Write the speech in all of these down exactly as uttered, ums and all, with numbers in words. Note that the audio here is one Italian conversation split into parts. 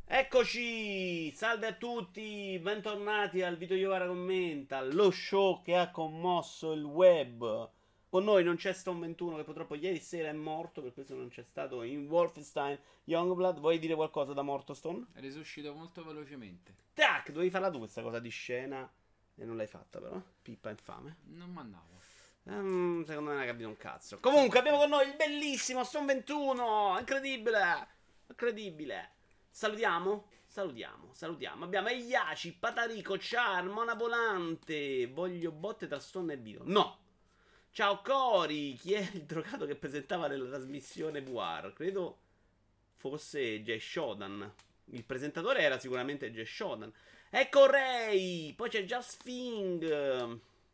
Eccoci, salve a tutti, bentornati al Video Iovara Commenta, lo show che ha commosso il web. Con noi non c'è Stone ventuno che purtroppo ieri sera è morto, per questo non c'è stato in Wolfenstein Youngblood. Vuoi dire qualcosa da morto, Stone? È risuscito molto velocemente. Tac, dovevi farla tu questa cosa di scena e non l'hai fatta però, pippa infame. Non mandavo. Um, secondo me non hai capito un cazzo. Comunque abbiamo con noi il bellissimo Stone ventuno, incredibile, incredibile. Salutiamo? Salutiamo, salutiamo. Abbiamo Eiaci, Patarico, Char, Mona Volante. Voglio botte tra Stone e video. No. Ciao Cori. Chi è il drogato che presentava nella trasmissione V R? Credo fosse Jay Shodan. Il presentatore era sicuramente Jay Shodan. Ecco Ray. Poi c'è Just Fing.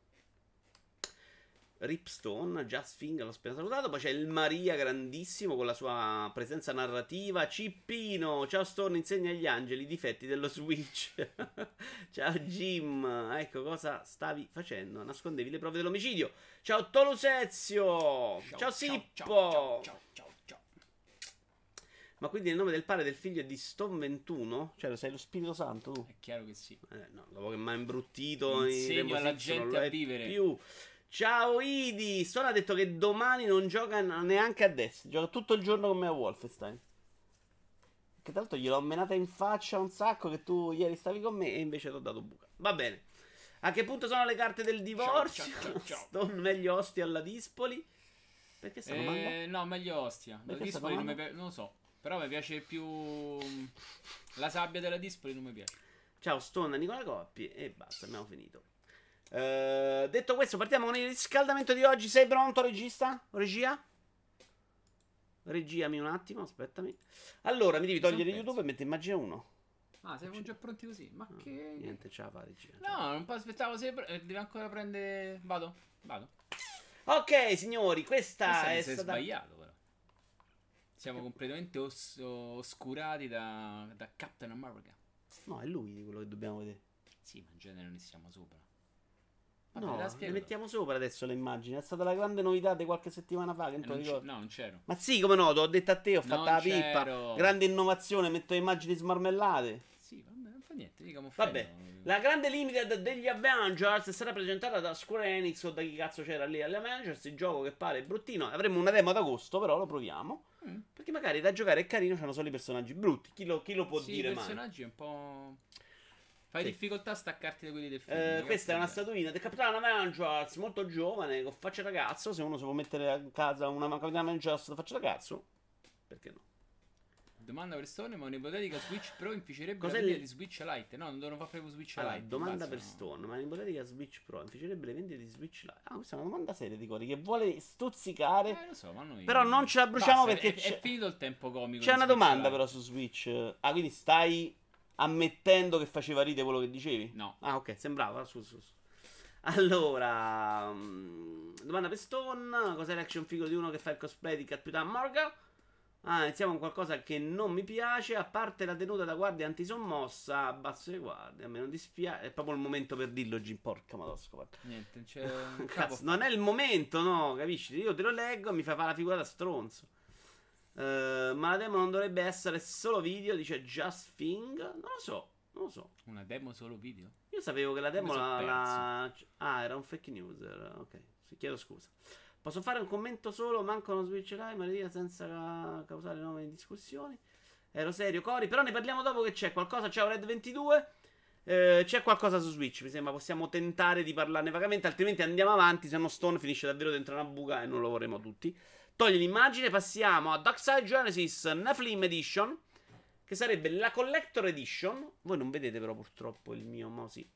Ripstone, Just Fing, l'ho appena salutato. Poi c'è il Maria grandissimo con la sua presenza narrativa. Cippino, ciao Stone, insegna agli angeli i difetti dello Switch. Ciao Jim, ecco cosa stavi facendo, nascondevi le prove dell'omicidio. Ciao Tolusezio, ciao, ciao Sippo, ciao, ciao, ciao, ciao. Ma quindi il nome del padre e del figlio è di Stone ventuno? Cioè lo sei lo Spirito Santo tu? È chiaro che sì. Eh, no, dopo che mi ha imbruttito Insegno alla gente a vivere più. Ciao Idi, Stone ha detto che domani non gioca neanche a destra, gioca tutto il giorno con me a Wolfenstein. Che tra l'altro gliel'ho menata in faccia un sacco che tu ieri stavi con me e invece ti ho dato buca. Va bene. A che punto sono le carte del divorzio? Ciao, ciao, ciao, ciao. Stone meglio Ostia alla Dispoli? Perché sta domanda? Eh, no, meglio Ostia. La Perché sta Dispoli non, mi domanda? pi- non lo so. Però mi piace più la sabbia della Dispoli, non mi piace. Ciao Stone, Nicola Coppi e basta, abbiamo finito. Uh, detto questo, partiamo con il riscaldamento di oggi. Sei pronto, regista? Regia? Regiami un attimo, aspettami. Allora, mi devi togliere YouTube e metti immagine uno. Ah, siamo già pronti così? Ma No, che... niente, ce la fa regia. No, non aspettavo se... eh, Devi ancora prendere... Vado? Vado. Ok, signori, questa Questa è mi sei stata... sbagliato, però. Siamo completamente os- oscurati da, da Captain America. No, è lui quello che dobbiamo vedere. Sì, ma in genere noi stiamo sopra. Vabbè, No, la le spiego. mettiamo sopra adesso le immagini. È stata la grande novità di qualche settimana fa, che Eh, non te non lo c- ricordi. no, non c'ero. Ma sì, come no, te l'ho detto a te, ho Non fatto la pippa. c'ero. Grande innovazione, metto le immagini smarmellate. Sì, vabbè, non fa niente, mica mi Vabbè, offendo. la grande limited degli Avengers è stata presentata da Square Enix o da chi cazzo c'era lì agli Avengers, il gioco che pare bruttino. Avremo una demo ad agosto, però lo proviamo. Mm. Perché magari da giocare è carino, c'hanno solo i personaggi brutti. Chi lo, chi lo può Sì, dire i mai? personaggi è un po'... Fai Sì. difficoltà a staccarti da quelli del film. Eh, che questa è una cazzo statuina del Capitano Avengers, molto giovane, con faccia da cazzo. Se uno si può mettere a casa una Capitano Avengers da faccia da cazzo, perché no? Domanda per Stone, ma un'ipotetica Switch Pro inficerebbe Cos'è la vendita il- di Switch Lite? No, non devono fare proprio Switch Allora, Lite. domanda basta, per no. Stone, ma in ipotetica Switch Pro inficerebbe le vendite di Switch Lite? Ah, questa è una domanda seria di Cori che vuole stuzzicare. Eh, lo so, ma noi... Però non ce la bruciamo Basta, perché è, c'è- è finito il tempo comico. C'è di una Switch domanda Lite. però su Switch. Ah, quindi stai ammettendo che faceva ride quello che dicevi? No. Ah, ok, sembrava. Su, su, su. Allora, mm, domanda per Stone. Cos'è l'action figure di uno che fa il cosplay di Capitan Morgan? Ah, iniziamo con qualcosa che non mi piace. A parte la tenuta da guardia antisommossa, abbasso le guardie. A me non dispiace. È proprio il momento per dirlo, Jim. Porca madosca. Guarda. Niente, non c'è un capo. Cazzo, non è il momento, no? Capisci? Io te lo leggo e mi fai fare la figura da stronzo. Eh, ma la demo non dovrebbe essere solo video, dice Just Thing. Non lo so, non lo so. Una demo solo video? Io sapevo che la demo Mi son la, la- Ah, era un fake news. era- Ok, sì, chiedo scusa. Posso fare un commento solo? Mancano Switch Live, Maria, senza ca- causare nuove discussioni. Ero serio, Cori, però ne parliamo dopo che c'è qualcosa. Ciao Red ventidue. Eh, c'è qualcosa su Switch, mi sembra. Possiamo tentare di parlarne vagamente, altrimenti andiamo avanti. Se no Stone finisce davvero dentro una buca e non lo vorremmo tutti. Togli l'immagine, passiamo a Darkside Genesis Nephilim Edition, che sarebbe la Collector Edition. Voi non vedete però purtroppo il mio mouse. Sì.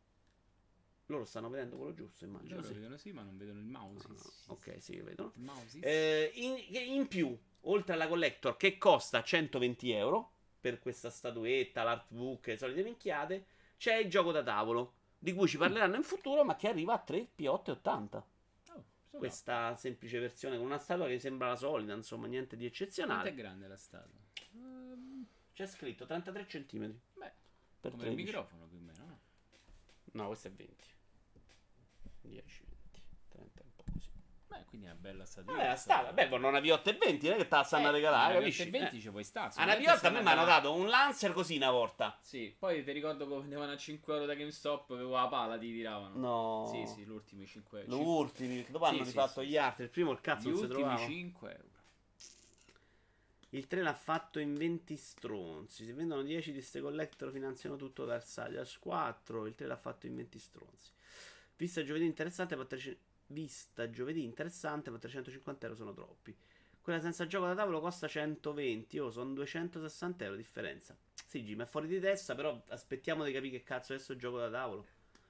Loro stanno vedendo quello giusto, immagino. Loro Sì. vedono sì, ma non vedono il mouse. Ah, Sì, sì, ok, sì, vedono. Il mouse. Eh, in, in più, oltre alla Collector, che costa centoventi euro per questa statuetta, l'artbook e le solite minchiate, c'è il gioco da tavolo, di cui ci parleranno in futuro, ma che arriva a tre P otto ottanta. Oh, sto Questa semplice versione con una statua che sembra la solita, insomma, niente di Quanto eccezionale. è grande la statua? Ehm, C'è scritto trentatré centimetri beh, per come il tredici. microfono più o meno, no? No, questo è venti. dieci, venti, trenta, un po' così. Beh, quindi è una bella statuetta. Eh, sta, vabbè, con una V otto e venti, non è che te la stanno a regalare, capisci? Una venti ci puoi stare. A una V otto a me mi hanno dato un Lancer così una volta. Sì, poi ti ricordo che vendevano a cinque euro da GameStop, avevo la pala, ti tiravano. No. Sì, sì, l'ultimo cinque euro. L'ultimo, dopo Sì, hanno sì, rifatto sì, gli sì. altri. Il primo il cazzo Gli non si ultimi trovava. cinque euro. Il tre l'ha fatto in venti stronzi. Si vendono dieci di ste collector, finanziano tutto Versailles quattro. Il tre l'ha fatto in venti stronzi. Vista giovedì interessante, per trecento Vista giovedì interessante, per trecentocinquanta euro sono troppi. Quella senza gioco da tavolo costa centoventi. Oh, sono duecentosessanta euro differenza. Sì, Jim, è fuori di testa, però aspettiamo di capire che cazzo è questo gioco da tavolo.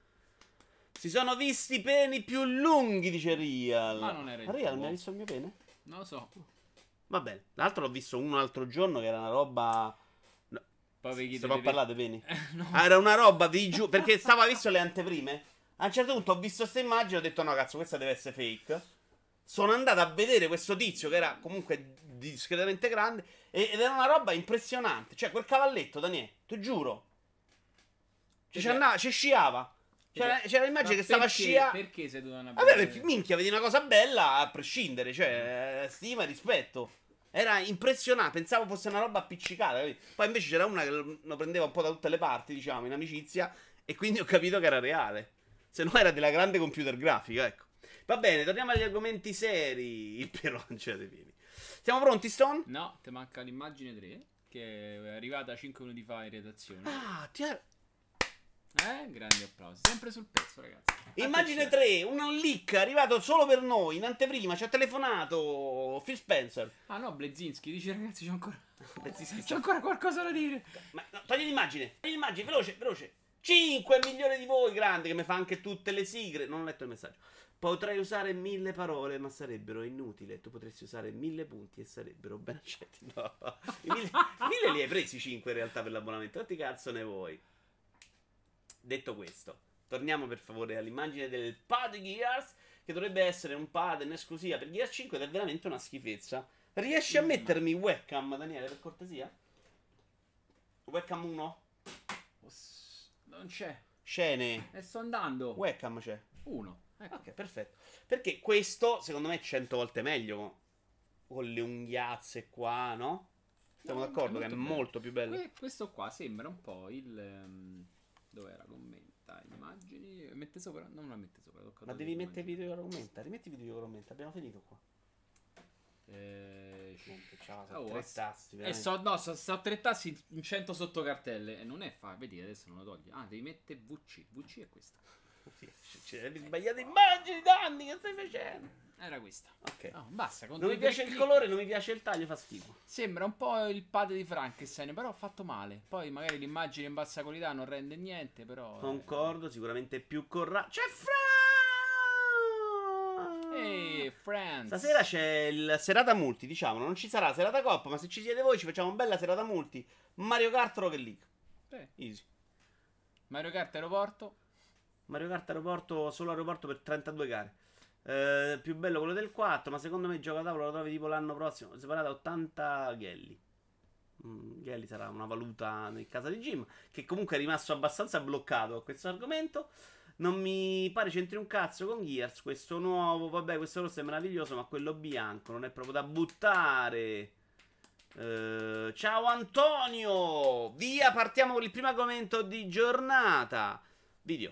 Si sono visti i peni più lunghi, dice Real. Ma non era il Real tuo. mi ha visto il mio pene? Non lo so. Va bene. L'altro l'ho visto un altro giorno che era una roba... No. Poi vi Si chiedete può per- parlare dei peni? No. Ah, era una roba, vi giuro, perché stavo, hai visto le anteprime? A un certo punto ho visto questa immagine e ho detto no cazzo, questa deve essere fake. Sono andato a vedere questo tizio che era comunque discretamente grande ed era una roba impressionante. Cioè quel cavalletto, Daniele, ti giuro. Ci, Perché- andava, ci sciava. C'era, c'era l'immagine Ma che stava a perché- scia. Perché sei dovuto Vabbè, perché minchia, vedi una cosa bella a prescindere, cioè eh, stima e rispetto. Era impressionante, pensavo fosse una roba appiccicata. Capito? Poi invece c'era una che lo lo prendeva un po' da tutte le parti, diciamo, in amicizia, e quindi ho capito che era reale. Se no era della grande computer grafica, ecco. Va bene, torniamo agli argomenti seri. Il Peroncia dei piedi. Siamo pronti, Stone? No, ti manca l'immagine tre, che è arrivata cinque minuti fa in redazione. Ah, ti ha- Eh, grandi applausi. Sempre sul pezzo, ragazzi. Immagine Attenzione. tre, un leak arrivato solo per noi, in anteprima, ci ha telefonato Phil Spencer. Ah no, Blezinski dice ragazzi c'è ancora... Blezinski, c'è ancora qualcosa da dire. Ma no, togli l'immagine, togli l'immagine, veloce, veloce. cinque milioni di voi, grande, che mi fa anche tutte le sigle. Non ho letto il messaggio. Potrei usare mille parole, ma sarebbero inutili. Tu potresti usare mille punti e sarebbero ben accetti. No, i mille, mille li hai presi cinque in realtà per l'abbonamento. Quanti cazzo ne vuoi? Detto questo, torniamo per favore all'immagine del pad Gears, che dovrebbe essere un pad in esclusiva per Gears cinque ed è veramente una schifezza. Riesci a mettermi webcam, Daniele, per cortesia? Webcam uno? Non c'è. Scene. E sto andando. Webcam c'è. Uno. Ecco. Ok, perfetto. Perché questo, secondo me, è cento volte meglio con, con le unghiazze qua, no? Siamo No, d'accordo è che è molto bello. molto più bello. Que- questo qua sembra un po' il... ehm, dov'era? Commenta immagini. Mette sopra? Non la mette sopra. tocca Ma togliere devi mettere l'immagine. video che commenta. Rimetti video che commenta. Abbiamo finito qua. Eh, Niente, ciao, oh, sono tre ass- tasti. E veramente. so, no, so, so tre tassi in cento sottocartelle. E non è fa, vedi, adesso non lo togli. Ah, devi mettere V C. V C è questa. Sì, c- c- hai sbagliato immagini, Danni, che stai facendo? Era questa. Ok. No, basta. con Non due mi piace clic. il colore, non mi piace il taglio, fa schifo. Sembra un po' il pad di Frankenstein, però fatto male. Poi magari l'immagine in bassa qualità non rende niente, però... eh. Concordo, sicuramente più corra. C'è Fra! Ehi, friends. Stasera c'è il serata multi, diciamo, non ci sarà serata coppa, ma se ci siete voi ci facciamo una bella serata multi. Mario Kart Rocket League. Sì. Easy. Mario Kart aeroporto. Mario Kart aeroporto, solo aeroporto per trentadue gare. Eh, più bello quello del quattro, ma secondo me il gioco a tavola lo trovi tipo l'anno prossimo. Separata ottanta ghelli. Mm, ghelli sarà una valuta nel caso di Jim, che comunque è rimasto abbastanza bloccato a questo argomento. Non mi pare c'entri un cazzo con Gears. Questo nuovo, vabbè, questo rosso è meraviglioso, ma quello bianco non è proprio da buttare. Eh, ciao Antonio! Via, partiamo con il primo argomento di giornata. Video.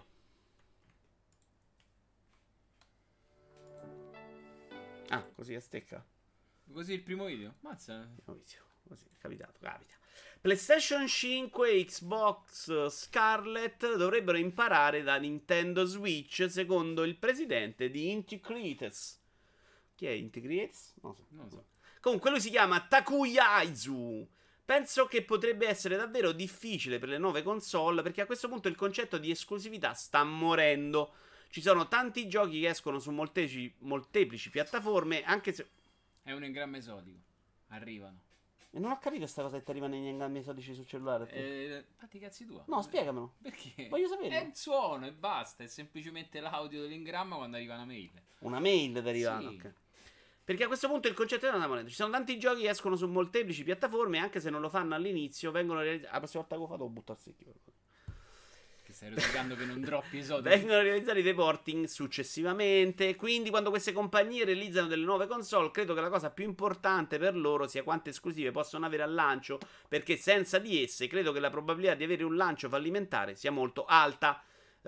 Ah, così a stecca. Così il primo video. Mazza. Primo video. Così è capitato, capita. PlayStation cinque, Xbox Scarlett dovrebbero imparare da Nintendo Switch, secondo il presidente di Inti Creates. Chi è Inti Creates? Non so. Non lo so. Comunque lui si chiama Takuya Aizu. Penso che potrebbe essere davvero difficile per le nuove console, perché a questo punto il concetto di esclusività sta morendo. Ci sono tanti giochi che escono su molteplici, molteplici piattaforme, anche se... È un engramma esotico. Arrivano. E non ho capito questa cosa che ti arrivano negli engrammi esotici sul cellulare. Eh, fatti i cazzi tua. No, spiegamelo. Perché? Voglio saperlo. È il suono e basta. È semplicemente l'audio dell'engramma quando arriva una mail. Una mail derivata, Sì. ok. Perché a questo punto il concetto è una moneta. Ci sono tanti giochi che escono su molteplici piattaforme, anche se non lo fanno all'inizio, vengono realizzati... La prossima volta che lo fatto lo butto a secchio. Che stai rosicando che non droppi i soldi. Vengono realizzati dei porting successivamente. Quindi, quando queste compagnie realizzano delle nuove console, credo che la cosa più importante per loro sia quante esclusive possono avere al lancio. Perché senza di esse, credo che la probabilità di avere un lancio fallimentare sia molto alta.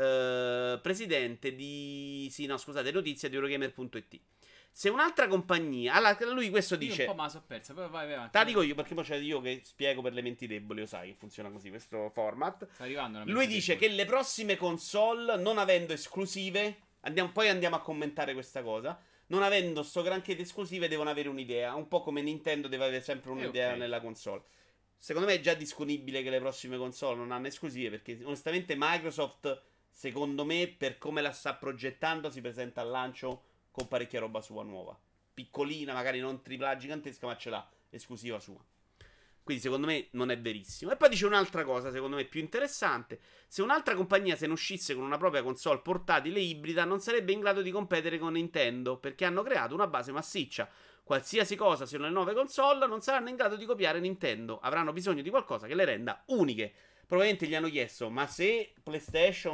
Uh, presidente di. Sì, no, scusate, notizia di Eurogamer punto it. Se un'altra compagnia. Allora, lui questo Io dice. un po' me la so persa, però vai, vai avanti. Te la dico io perché poi c'è io che spiego per le menti deboli. Lo sai che funziona così questo format. Sta arrivando una Lui dice debole. che le prossime console, non avendo esclusive. Andiamo, poi andiamo a commentare questa cosa. Non avendo sto granché di esclusive, devono avere un'idea. Un po' come Nintendo deve avere sempre un'idea Eh, ok. nella console. Secondo me è già disponibile che le prossime console non hanno esclusive. Perché onestamente Microsoft, secondo me, per come la sta progettando, si presenta al lancio con parecchia roba sua nuova. Piccolina, magari non tripla gigantesca, ma ce l'ha esclusiva sua. Quindi secondo me non è verissimo. E poi dice un'altra cosa, secondo me più interessante. Se un'altra compagnia se ne uscisse con una propria console portatile ibrida, non sarebbe in grado di competere con Nintendo, perché hanno creato una base massiccia. Qualsiasi cosa siano le nuove console, non saranno in grado di copiare Nintendo. Avranno bisogno di qualcosa che le renda uniche. Probabilmente gli hanno chiesto, ma se PlayStation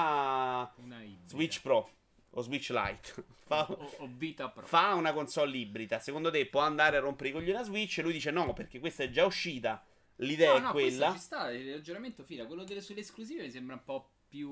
fa Una ibrida. Switch Pro o Switch Lite fa, O, o Vita Pro. fa una console ibrida, secondo te può andare a rompere i coglioni a Switch? Lui dice no, perché questa è già uscita, l'idea No, è no, quella. questo ci sta, il ragionamento fila. Quello delle sulle esclusive mi sembra un po' più.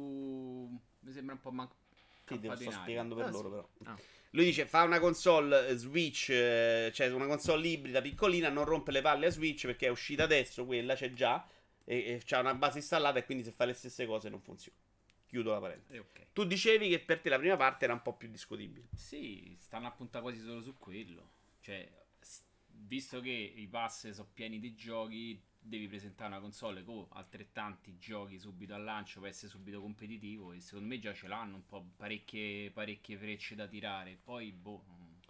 Mi sembra un po' man- Sì, te lo campato sto in aria. spiegando per Ah, loro sì. però. Ah. Lui dice fa una console eh, Switch, eh, cioè una console ibrida piccolina, non rompe le palle a Switch perché è uscita adesso, quella c'è già, e, e c'ha una base installata e quindi se fa le stesse cose non funziona. Chiudo la parentesi. Eh, ok. Tu dicevi che per te la prima parte era un po' più discutibile. Sì, stanno a puntare quasi solo su quello. Cioè, s- visto che i pass sono pieni di giochi, devi presentare una console con altrettanti giochi subito al lancio per essere subito competitivo. E secondo me già ce l'hanno un po' parecchie, parecchie frecce da tirare. Poi, boh.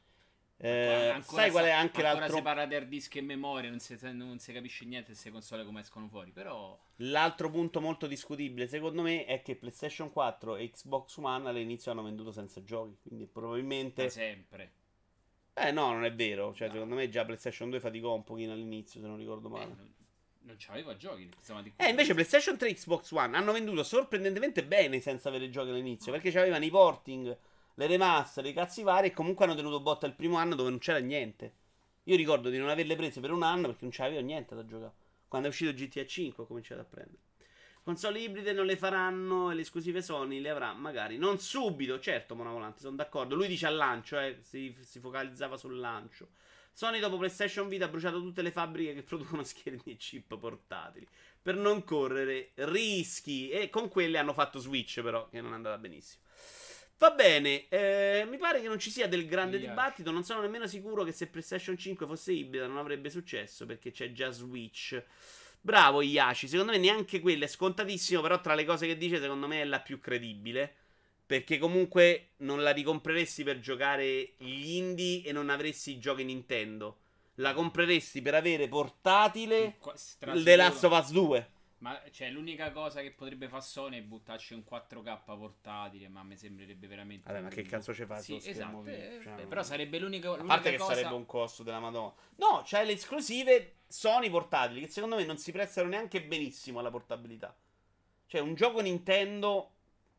Eh, ancora sai qual è sa- anche ancora l'altro si parla di hard disk e memoria, non si, non si capisce niente se queste console come escono fuori. Però, L'altro punto molto discutibile, secondo me, è che PlayStation quattro e Xbox One all'inizio hanno venduto senza giochi. Quindi probabilmente. da sempre. Eh no, non è vero. Cioè, No. secondo me già PlayStation due faticò un pochino all'inizio, se non ricordo Eh, male. non, non c'aveva giochi. Insomma, di Eh, invece PlayStation tre e Xbox One hanno venduto sorprendentemente bene senza avere giochi all'inizio. Perché avevano i porting, le remaster, i cazzi vari. E comunque hanno tenuto botta il primo anno dove non c'era niente. Io ricordo di non averle prese per un anno perché non c'avevo niente da giocare. Quando è uscito G T A cinque ho cominciato a prendere. Console ibride non le faranno e le esclusive Sony le avrà magari. Non subito, certo, Monavolante, sono d'accordo. Lui dice al lancio, eh, si, si focalizzava sul lancio. Sony dopo PlayStation Vita ha bruciato tutte le fabbriche che producono schermi e chip portatili per non correre rischi. E con quelle hanno fatto Switch però, che non è andata benissimo. Va bene, eh, mi pare che non ci sia del grande Yes. dibattito. Non sono nemmeno sicuro che se PlayStation cinque fosse ibrida non avrebbe successo perché c'è già Switch. Bravo Iaci, secondo me neanche quella è scontatissimo, però tra le cose che dice secondo me è la più credibile. Perché comunque non la ricompreresti per giocare gli indie e non avresti i giochi Nintendo. La compreresti per avere portatile Qua- stra- The Last sicuro. of Us due. Ma cioè, l'unica cosa che potrebbe fare Sony è buttarci un quattro K portatile, ma mi sembrerebbe veramente. Vabbè, ma che cazzo ci fa Sì, sullo schermo esatto. video? eh, Cioè, beh, però sarebbe l'unica, A l'unica parte che cosa. sarebbe un costo della Madonna. No, c'hai le esclusive Sony portatili che secondo me non si prestano neanche benissimo alla portabilità. Cioè, un gioco Nintendo,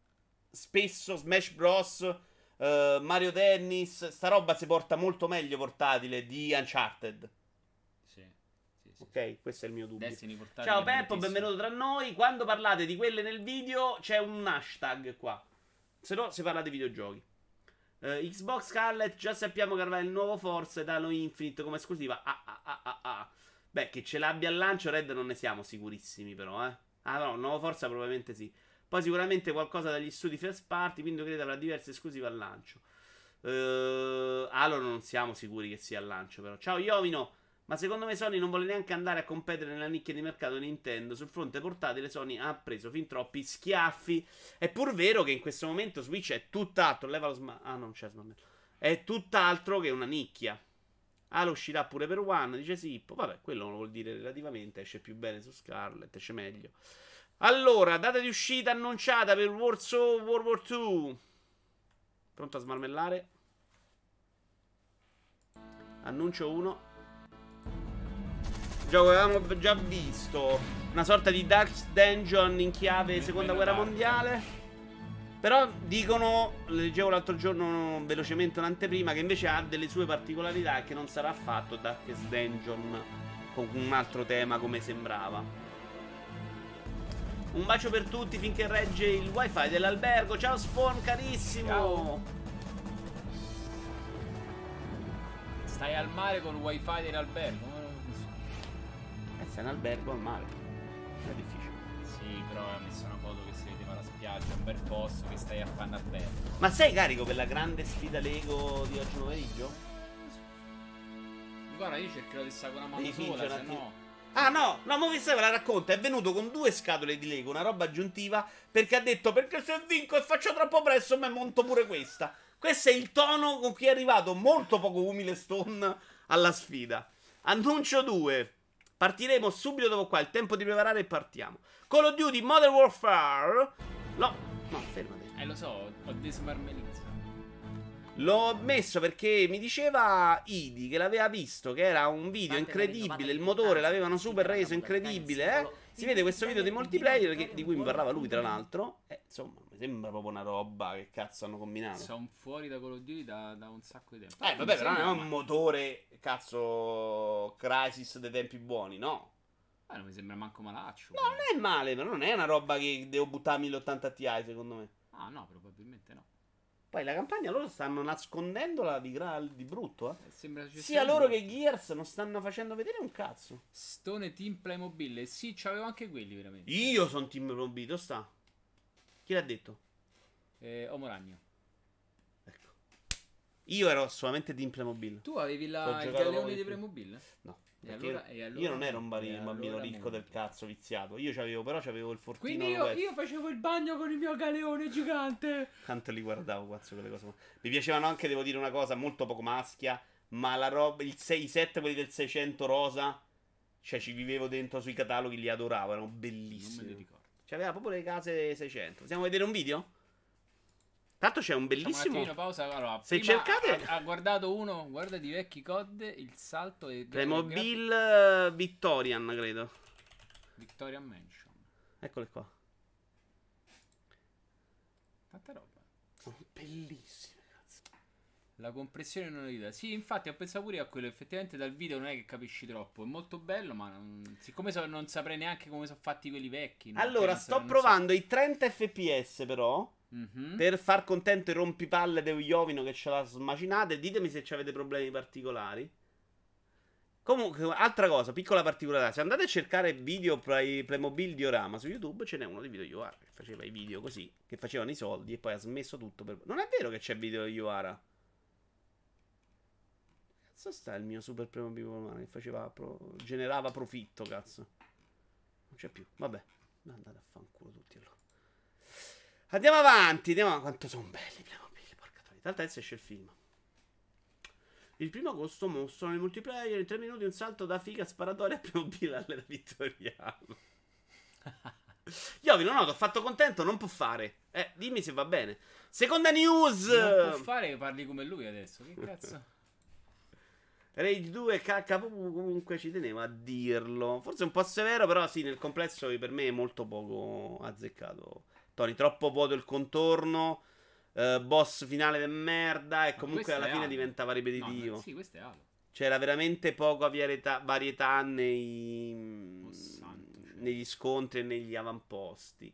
spesso Smash Bros, eh, Mario Tennis, sta roba si porta molto meglio portatile di Uncharted. Sì, sì, sì. Ok, questo è il mio dubbio. Destiny portatile Ciao è Peppo, bruttissimo. benvenuto tra noi. Quando parlate di quelle nel video c'è un hashtag qua. Se no si parla di videogiochi. Eh, Xbox Scarlet, già sappiamo che avrà il nuovo Forza ed Halo Infinite come esclusiva. Ah, ah, ah, ah, ah. Beh, che ce l'abbia al lancio Red non ne siamo sicurissimi però, eh. Ah no, nuovo Forza probabilmente sì. Poi sicuramente qualcosa dagli studi first party, quindi credo avrà diverse esclusive al lancio. Eh, Halo non siamo sicuri che sia al lancio però. Ciao Iovino. Ma secondo me Sony non vuole neanche andare a competere nella nicchia di mercato Nintendo. Sul fronte portatile Sony ha preso fin troppi schiaffi. È pur vero che in questo momento Switch è tutt'altro. Leva lo sma- Ah, non c'è Smash. È tutt'altro che una nicchia. Halo uscirà pure per One, dice Sippo. Vabbè, quello non vuol dire relativamente. Esce più bene su Scarlet, esce meglio. Allora, data di uscita annunciata per Warzone World War due. Pronto a smarmellare? Annuncio uno. Gioco che avevamo già visto. Una sorta di Dark Dungeon in chiave seconda guerra mondiale. Però dicono, leggevo l'altro giorno velocemente un'anteprima, che invece ha delle sue particolarità e che non sarà affatto Darkest Dungeon con un altro tema come sembrava. Un bacio per tutti finché regge il wifi dell'albergo. Ciao Spawn carissimo. Ciao. Stai al mare col wifi dell'albergo? Eh, sei in albergo al mare. Non è difficile. Sì, però ha messo una foto che si vedeva la spiaggia, un bel posto che stai a fare in albergo. Ma sei carico per la grande sfida Lego di oggi pomeriggio? Guarda, io cercherò di stare con una mano Devi sola, fingere se anche- no... Ah no, no, ma vi sai, ve la racconta. È venuto con due scatole di Lego, una roba aggiuntiva, perché ha detto, perché se vinco e faccio troppo presto me monto pure questa. Questo è il tono con cui è arrivato molto poco umile Stone alla sfida. Annuncio due. Partiremo subito dopo qua, il tempo di preparare e partiamo. Call of Duty Modern Warfare. No, no, fermati. Eh, lo so, ho dismarmelizzato. L'ho messo perché mi diceva Idi che l'aveva visto, che era un video incredibile, il motore l'avevano super reso incredibile, eh? Si vede questo video di multiplayer che- di cui mi parlava lui, tra l'altro. Eh, insomma, mi sembra proprio una roba che cazzo hanno combinato. Sono fuori da Call of Duty da, da un sacco di tempo. Eh, vabbè, però non è un motore, cazzo, Crysis dei tempi buoni, no? Eh, non mi sembra manco malaccio. No, non è male, però non è una roba che devo buttare a mille ottanta Ti, secondo me. Ah, no, probabilmente no. Poi la campagna loro stanno nascondendola di, gra- di brutto, eh. Eh, Sembra Sia loro che Gears non stanno facendo vedere un cazzo. Stone Team Playmobil. Sì, c'avevo anche quelli veramente. Io sono team Probito, sta. Chi l'ha detto? Eh, Omo Ragno. Ecco. Io ero solamente team Playmobil. Tu avevi Ho la, il giocato galeone con di i- Playmobil? No. E Perché allora- e allora- io non ero un bari- e bambino allora ricco del molto. cazzo viziato. Io c'avevo, però c'avevo il fortino. Quindi io, Rovescio. io facevo il bagno con il mio galeone gigante. Tanto li guardavo, cazzo, quelle cose. Mi piacevano anche, devo dire una cosa, molto poco maschia. Ma la roba, il sei sette, quelli del seicento rosa. Cioè, ci vivevo dentro sui cataloghi, li adoravo, erano Non me bellissimi. li ricordo. C'aveva proprio le case seicento. Possiamo vedere un video? Tanto c'è un Facciamo un bellissimo. attimino pausa. Allora, Se prima cercate- ha, ha guardato uno, guarda di vecchi C O D, il salto e Playmobil eh, Victorian, credo. Victoria Mansion. Eccole qua. Tanta roba. Sono bellissime, cazzo. La compressione non aiuta. Sì, infatti ho pensato pure a quello. Effettivamente dal video non è che capisci troppo. È molto bello, ma non- siccome so- non saprei neanche come sono fatti quelli vecchi. no? Allora, Cioè, sto non so- provando i trenta F P S, però. Mhm. Per far contento i rompipalle dello Iovino che ce l'ha smacinate. Ditemi se ci avete problemi particolari. Comunque, altra cosa, piccola particolarità. Se andate a cercare video play, Playmobil diorama su YouTube, ce n'è uno di video Yoara che faceva i video così, che facevano i soldi e poi ha smesso tutto per... Non è vero che c'è video Yoara. Cazzo sta il mio super Playmobil umano che faceva pro... generava profitto, cazzo. Non c'è più, vabbè. Andate a fanculo tutti allora. Andiamo avanti, andiamo avanti. Quanto sono belli Playmobil, porca troia. Tanto adesso esce il film. Il primo agosto mostrano nel multiplayer in tre minuti un salto da figa sparatoria a Playmobil all'era vittoriano. Io vi non ho fatto contento, non può fare. Eh, dimmi se va bene. Seconda news. Non può fare che parli come lui adesso. Che cazzo? Rage due K comunque ci tenevo a dirlo. Forse un po' severo, però sì, nel complesso per me è molto poco azzeccato. Tony, troppo vuoto il contorno. Uh, boss finale de merda. E Ma comunque questo alla è fine Halo. diventava No, ripetitivo. no, sì, questo è Halo. C'era veramente poca varietà, varietà nei, Oh, santo cielo. negli scontri e negli avamposti.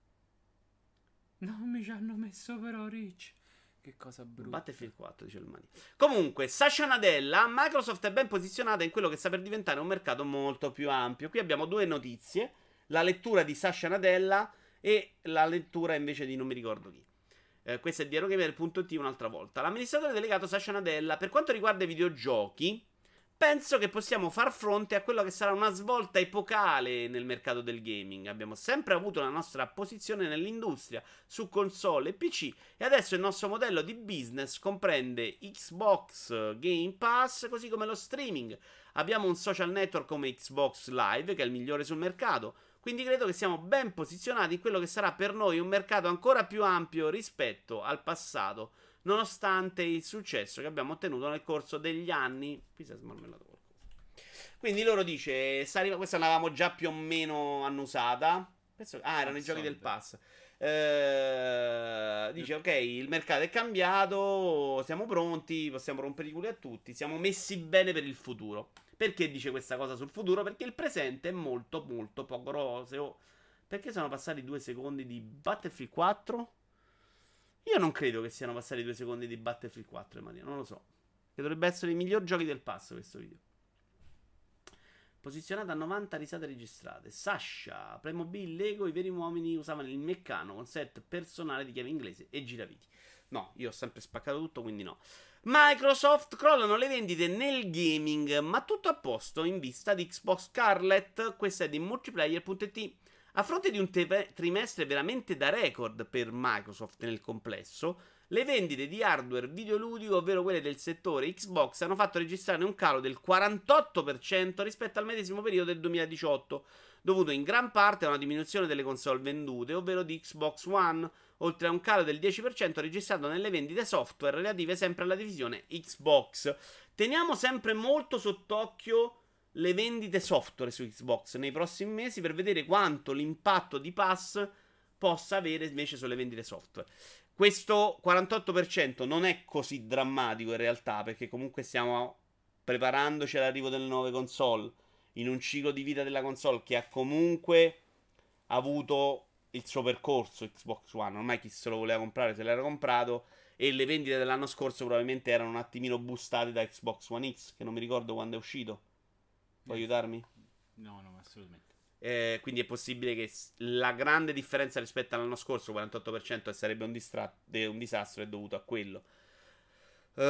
Non mi ci hanno messo però Rich. Che cosa brutta. Battlefield quattro, dice il Mani. Comunque, Satya Nadella, Microsoft è ben posizionata in quello che sta per diventare un mercato molto più ampio. Qui abbiamo due notizie. La lettura di Satya Nadella e la lettura invece di non mi ricordo chi. Eh, questo è di Eurogamer punto it un'altra volta. L'amministratore delegato Satya Nadella, per quanto riguarda i videogiochi, penso che possiamo far fronte a quello che sarà una svolta epocale nel mercato del gaming. Abbiamo sempre avuto la nostra posizione nell'industria su console e P C e adesso il nostro modello di business comprende Xbox Game Pass così come lo streaming. Abbiamo un social network come Xbox Live che è il migliore sul mercato. Quindi credo che siamo ben posizionati in quello che sarà per noi un mercato ancora più ampio rispetto al passato, nonostante il successo che abbiamo ottenuto nel corso degli anni. Qui si è smarmellato qualcosa. Quindi loro dice, sta arriva- questa l'avevamo già più o meno annusata. Penso- ah, erano i giochi del pass. Eh, dice, ok, il mercato è cambiato, siamo pronti, possiamo rompere i culi a tutti, siamo messi bene per il futuro. Perché dice questa cosa sul futuro? Perché il presente è molto, molto poco roseo. Perché sono passati due secondi di Battlefield quattro? Io non credo che siano passati due secondi di Battlefield quattro, Emanuele, non lo so. Che dovrebbe essere i miglior giochi del pass questo video. Posizionato a novanta risate registrate. Sasha, Playmobil, Lego, i veri uomini usavano il meccano con set personale di chiave inglese e giraviti. No, io ho sempre spaccato tutto, quindi no. Microsoft crollano le vendite nel gaming, ma tutto a posto in vista di Xbox Scarlett. Questa è di multiplayer punto it. A fronte di un te- trimestre veramente da record per Microsoft nel complesso, le vendite di hardware videoludico, ovvero quelle del settore Xbox, hanno fatto registrare un calo del quarantotto per cento rispetto al medesimo periodo del duemiladiciotto, dovuto in gran parte a una diminuzione delle console vendute, ovvero di Xbox One, oltre a un calo del dieci per cento registrato nelle vendite software relative sempre alla divisione Xbox. Teniamo sempre molto sott'occhio le vendite software su Xbox nei prossimi mesi per vedere quanto l'impatto di Pass possa avere invece sulle vendite software. Questo quarantotto per cento non è così drammatico in realtà, perché comunque stiamo preparandoci all'arrivo delle nuove console, in un ciclo di vita della console che ha comunque avuto il suo percorso Xbox One. Ormai chi se lo voleva comprare se l'era comprato, e le vendite dell'anno scorso probabilmente erano un attimino boostate da Xbox One X, che non mi ricordo quando è uscito. Puoi aiutarmi? No, no, assolutamente. Eh, quindi è possibile che la grande differenza rispetto all'anno scorso, quarantotto per cento, e sarebbe un, distra- un disastro, è dovuto a quello. Uh...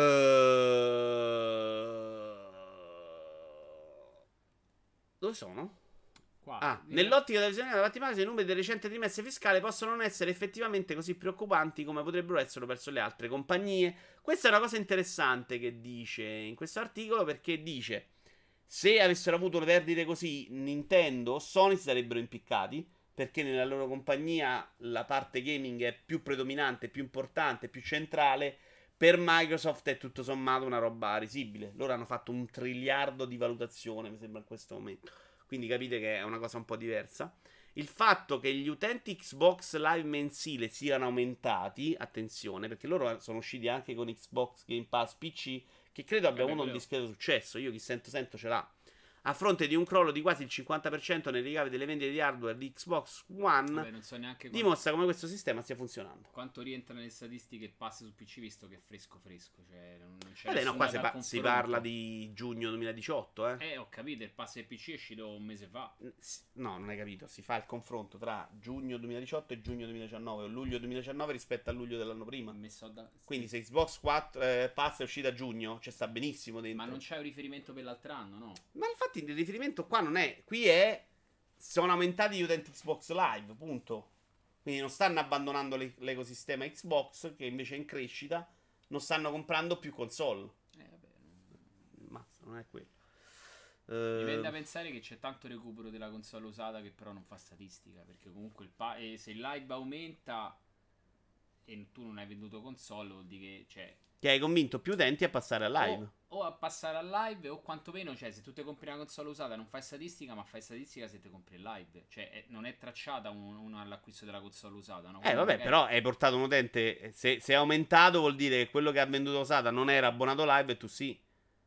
Dove sono? Qua, Ah, io... nell'ottica della visione della matematica, i numeri del recente trimestre fiscale possono non essere effettivamente così preoccupanti come potrebbero essere verso le altre compagnie. Questa è una cosa interessante che dice in questo articolo, perché dice: se avessero avuto le perdite così, Nintendo o Sony si sarebbero impiccati, perché nella loro compagnia la parte gaming è più predominante, più importante, più centrale. Per Microsoft è tutto sommato una roba risibile. Loro hanno fatto un triliardo di valutazione, mi sembra, in questo momento. Quindi capite che è una cosa un po' diversa. Il fatto che gli utenti Xbox Live mensile siano aumentati, attenzione, perché loro sono usciti anche con Xbox Game Pass P C, che credo abbia avuto un discreto successo. Io chi sento sento ce l'ha. A fronte di un crollo di quasi il cinquanta per cento nei ricavi delle vendite di hardware di Xbox One, Vabbè, non so neanche quanto, dimostra come questo sistema stia funzionando. quanto rientra nelle statistiche il pass su P C, visto che è fresco fresco. Cioè, non c'è Eh beh, no, nessun qua dato si, al pa- si confronto. parla di giugno duemiladiciotto, eh. Eh, ho capito, il pass del P C è uscito un mese fa. No, non hai capito. Si fa il confronto tra giugno duemiladiciotto e giugno duemiladiciannove, o luglio duemiladiciannove rispetto a luglio dell'anno prima. Messo da... Quindi se Xbox quattro eh, Pass è uscita a giugno, ci sta benissimo dentro. Ma non c'è un riferimento per l'altro anno, no? Ma infatti il riferimento qua non è. Qui è. Sono aumentati gli utenti Xbox Live, punto. Quindi non stanno abbandonando l'e- l'ecosistema Xbox, che invece è in crescita. Non stanno comprando più console. Eh, vabbè. Non... Mazza, non è quello. Mi viene da Eh, pensare che c'è tanto recupero della console usata che però non fa statistica. Perché comunque il pa- eh, se il live aumenta e tu non hai venduto console, vuol dire che, cioè, Che hai convinto più utenti a passare al live. O, o a passare al live, o quantomeno, cioè, se tu ti compri una console usata non fai statistica, ma fai statistica se ti compri il live. Cioè, è- non è tracciata un, un all'acquisto della console usata, no? Eh, Quindi vabbè, magari- però hai portato un utente. Se, se è aumentato, vuol dire che quello che ha venduto usata non era abbonato live e tu sì.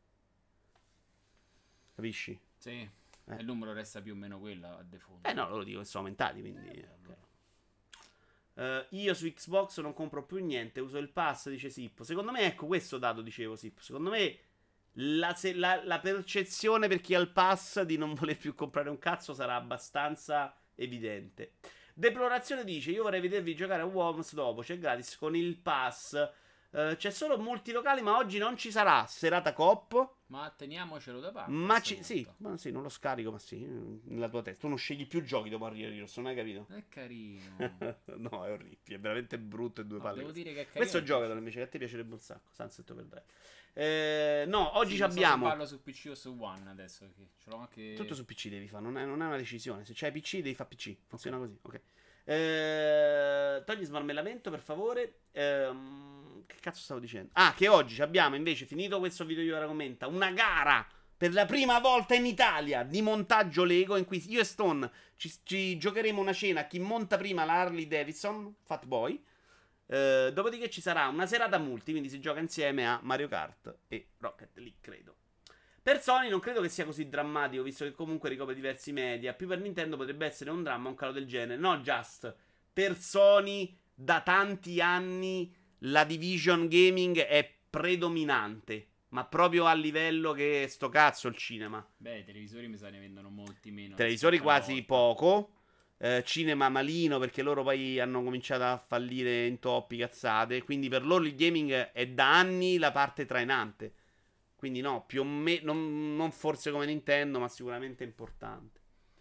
Capisci? Sì, Eh. il numero resta più o meno quello a default. Eh no, loro dico che sono aumentati, quindi. ok. Eh, io su Xbox non compro più niente, uso il pass, dice Sippo. Secondo me, ecco, questo dato dicevo Sippo. Secondo me la, se- la- la percezione per chi ha il pass di non voler più comprare un cazzo sarà abbastanza evidente. Deplorazione dice: io vorrei vedervi giocare a Worms dopo, c'è gratis con il pass. Eh, c'è solo multilocali, ma oggi non ci sarà serata coop. Ma teniamocelo da parte. Ma a ci, sto sì, punto. ma sì, non lo scarico, ma sì, nella tua testa. Tu non scegli più giochi dopo Arriva Heroes, non hai capito? È carino. No, è orribile, è veramente brutto e due No, palle. devo così. dire che è carino. Questo giocatelo invece, che a te piacerebbe un sacco. Sunset Overdrive. Eh, no, oggi Sì, ci non so se abbiamo. parlo su P C o su One adesso, perché ce l'ho anche... Tutto su P C devi fare, non è, non è una decisione. Se c'hai P C devi fare P C. Funziona così, ok. Eh, togli smarmellamento, per favore. Ehm, che cazzo stavo dicendo? Ah, che oggi ci abbiamo invece, finito questo video io la commenta, una gara per la prima volta in Italia di montaggio Lego, in cui io e Stone ci, ci giocheremo una cena a chi monta prima la Harley Davidson Fat Boy. Uh, dopodiché ci sarà una serata multi, quindi si gioca insieme a Mario Kart e Rocket League, credo. Per Sony non credo che sia così drammatico, visto che comunque ricopre diversi media. Più per Nintendo potrebbe essere un dramma, un calo del genere. No, Just, per Sony da tanti anni la division gaming è predominante, ma proprio a livello che sto cazzo il cinema. Beh, i televisori mi sa ne vendono molti meno. Televisori quasi poco. Uh, cinema malino, perché loro poi hanno cominciato a fallire intoppi, cazzate. Quindi per loro il gaming è da anni la parte trainante. Quindi no, più o meno non, non forse come Nintendo, ma sicuramente importante.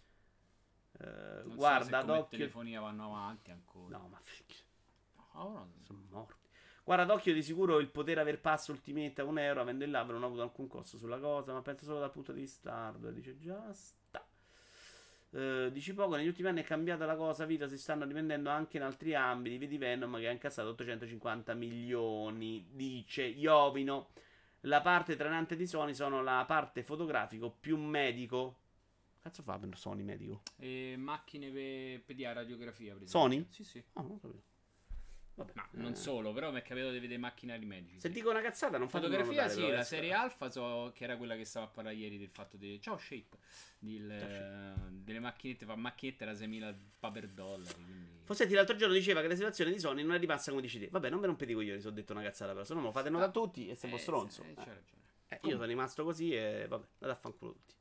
Uh, guarda, so d'occhio. Le telefonia vanno avanti ancora. No, ma perché? No, no. Sono morti. Guarda, d'occhio, di sicuro il poter aver passo Ultimate a un euro, avendo il là, non ho avuto alcun costo sulla cosa, ma penso solo dal punto di vista hardware. Dice già sta. Uh, dici poco, negli ultimi anni è cambiata la cosa, vita, si stanno riprendendo anche in altri ambiti, vedi Venom che ha incassato ottocentocinquanta milioni, dice Iovino. La parte trainante di Sony sono la parte fotografico più medico. Cazzo fa per Sony medico? E macchine per pe di radiografia, per Sony? Sì, sì. Ah, non capito. Vabbè, Ma eh. non solo, però mi è capitato di vedere macchinari medici. Se sì. dico una cazzata non fate fotografia, sì, notare, la serie Alpha so che era quella che stava a parlare ieri del fatto di ciao Shape, del, eh, delle macchinette, fa macchinette da seimila per dollari, quindi... Fossetti l'altro giorno diceva che la situazione di Sony non è rimasta come dici te. Vabbè, non me rompete i coglioni se ho detto una cazzata, però se no me lo fate nota a tutti e siamo eh, stronzo. Eh, eh. c'è ragione. Eh, io sono rimasto così e vabbè, andate a fanculo tutti.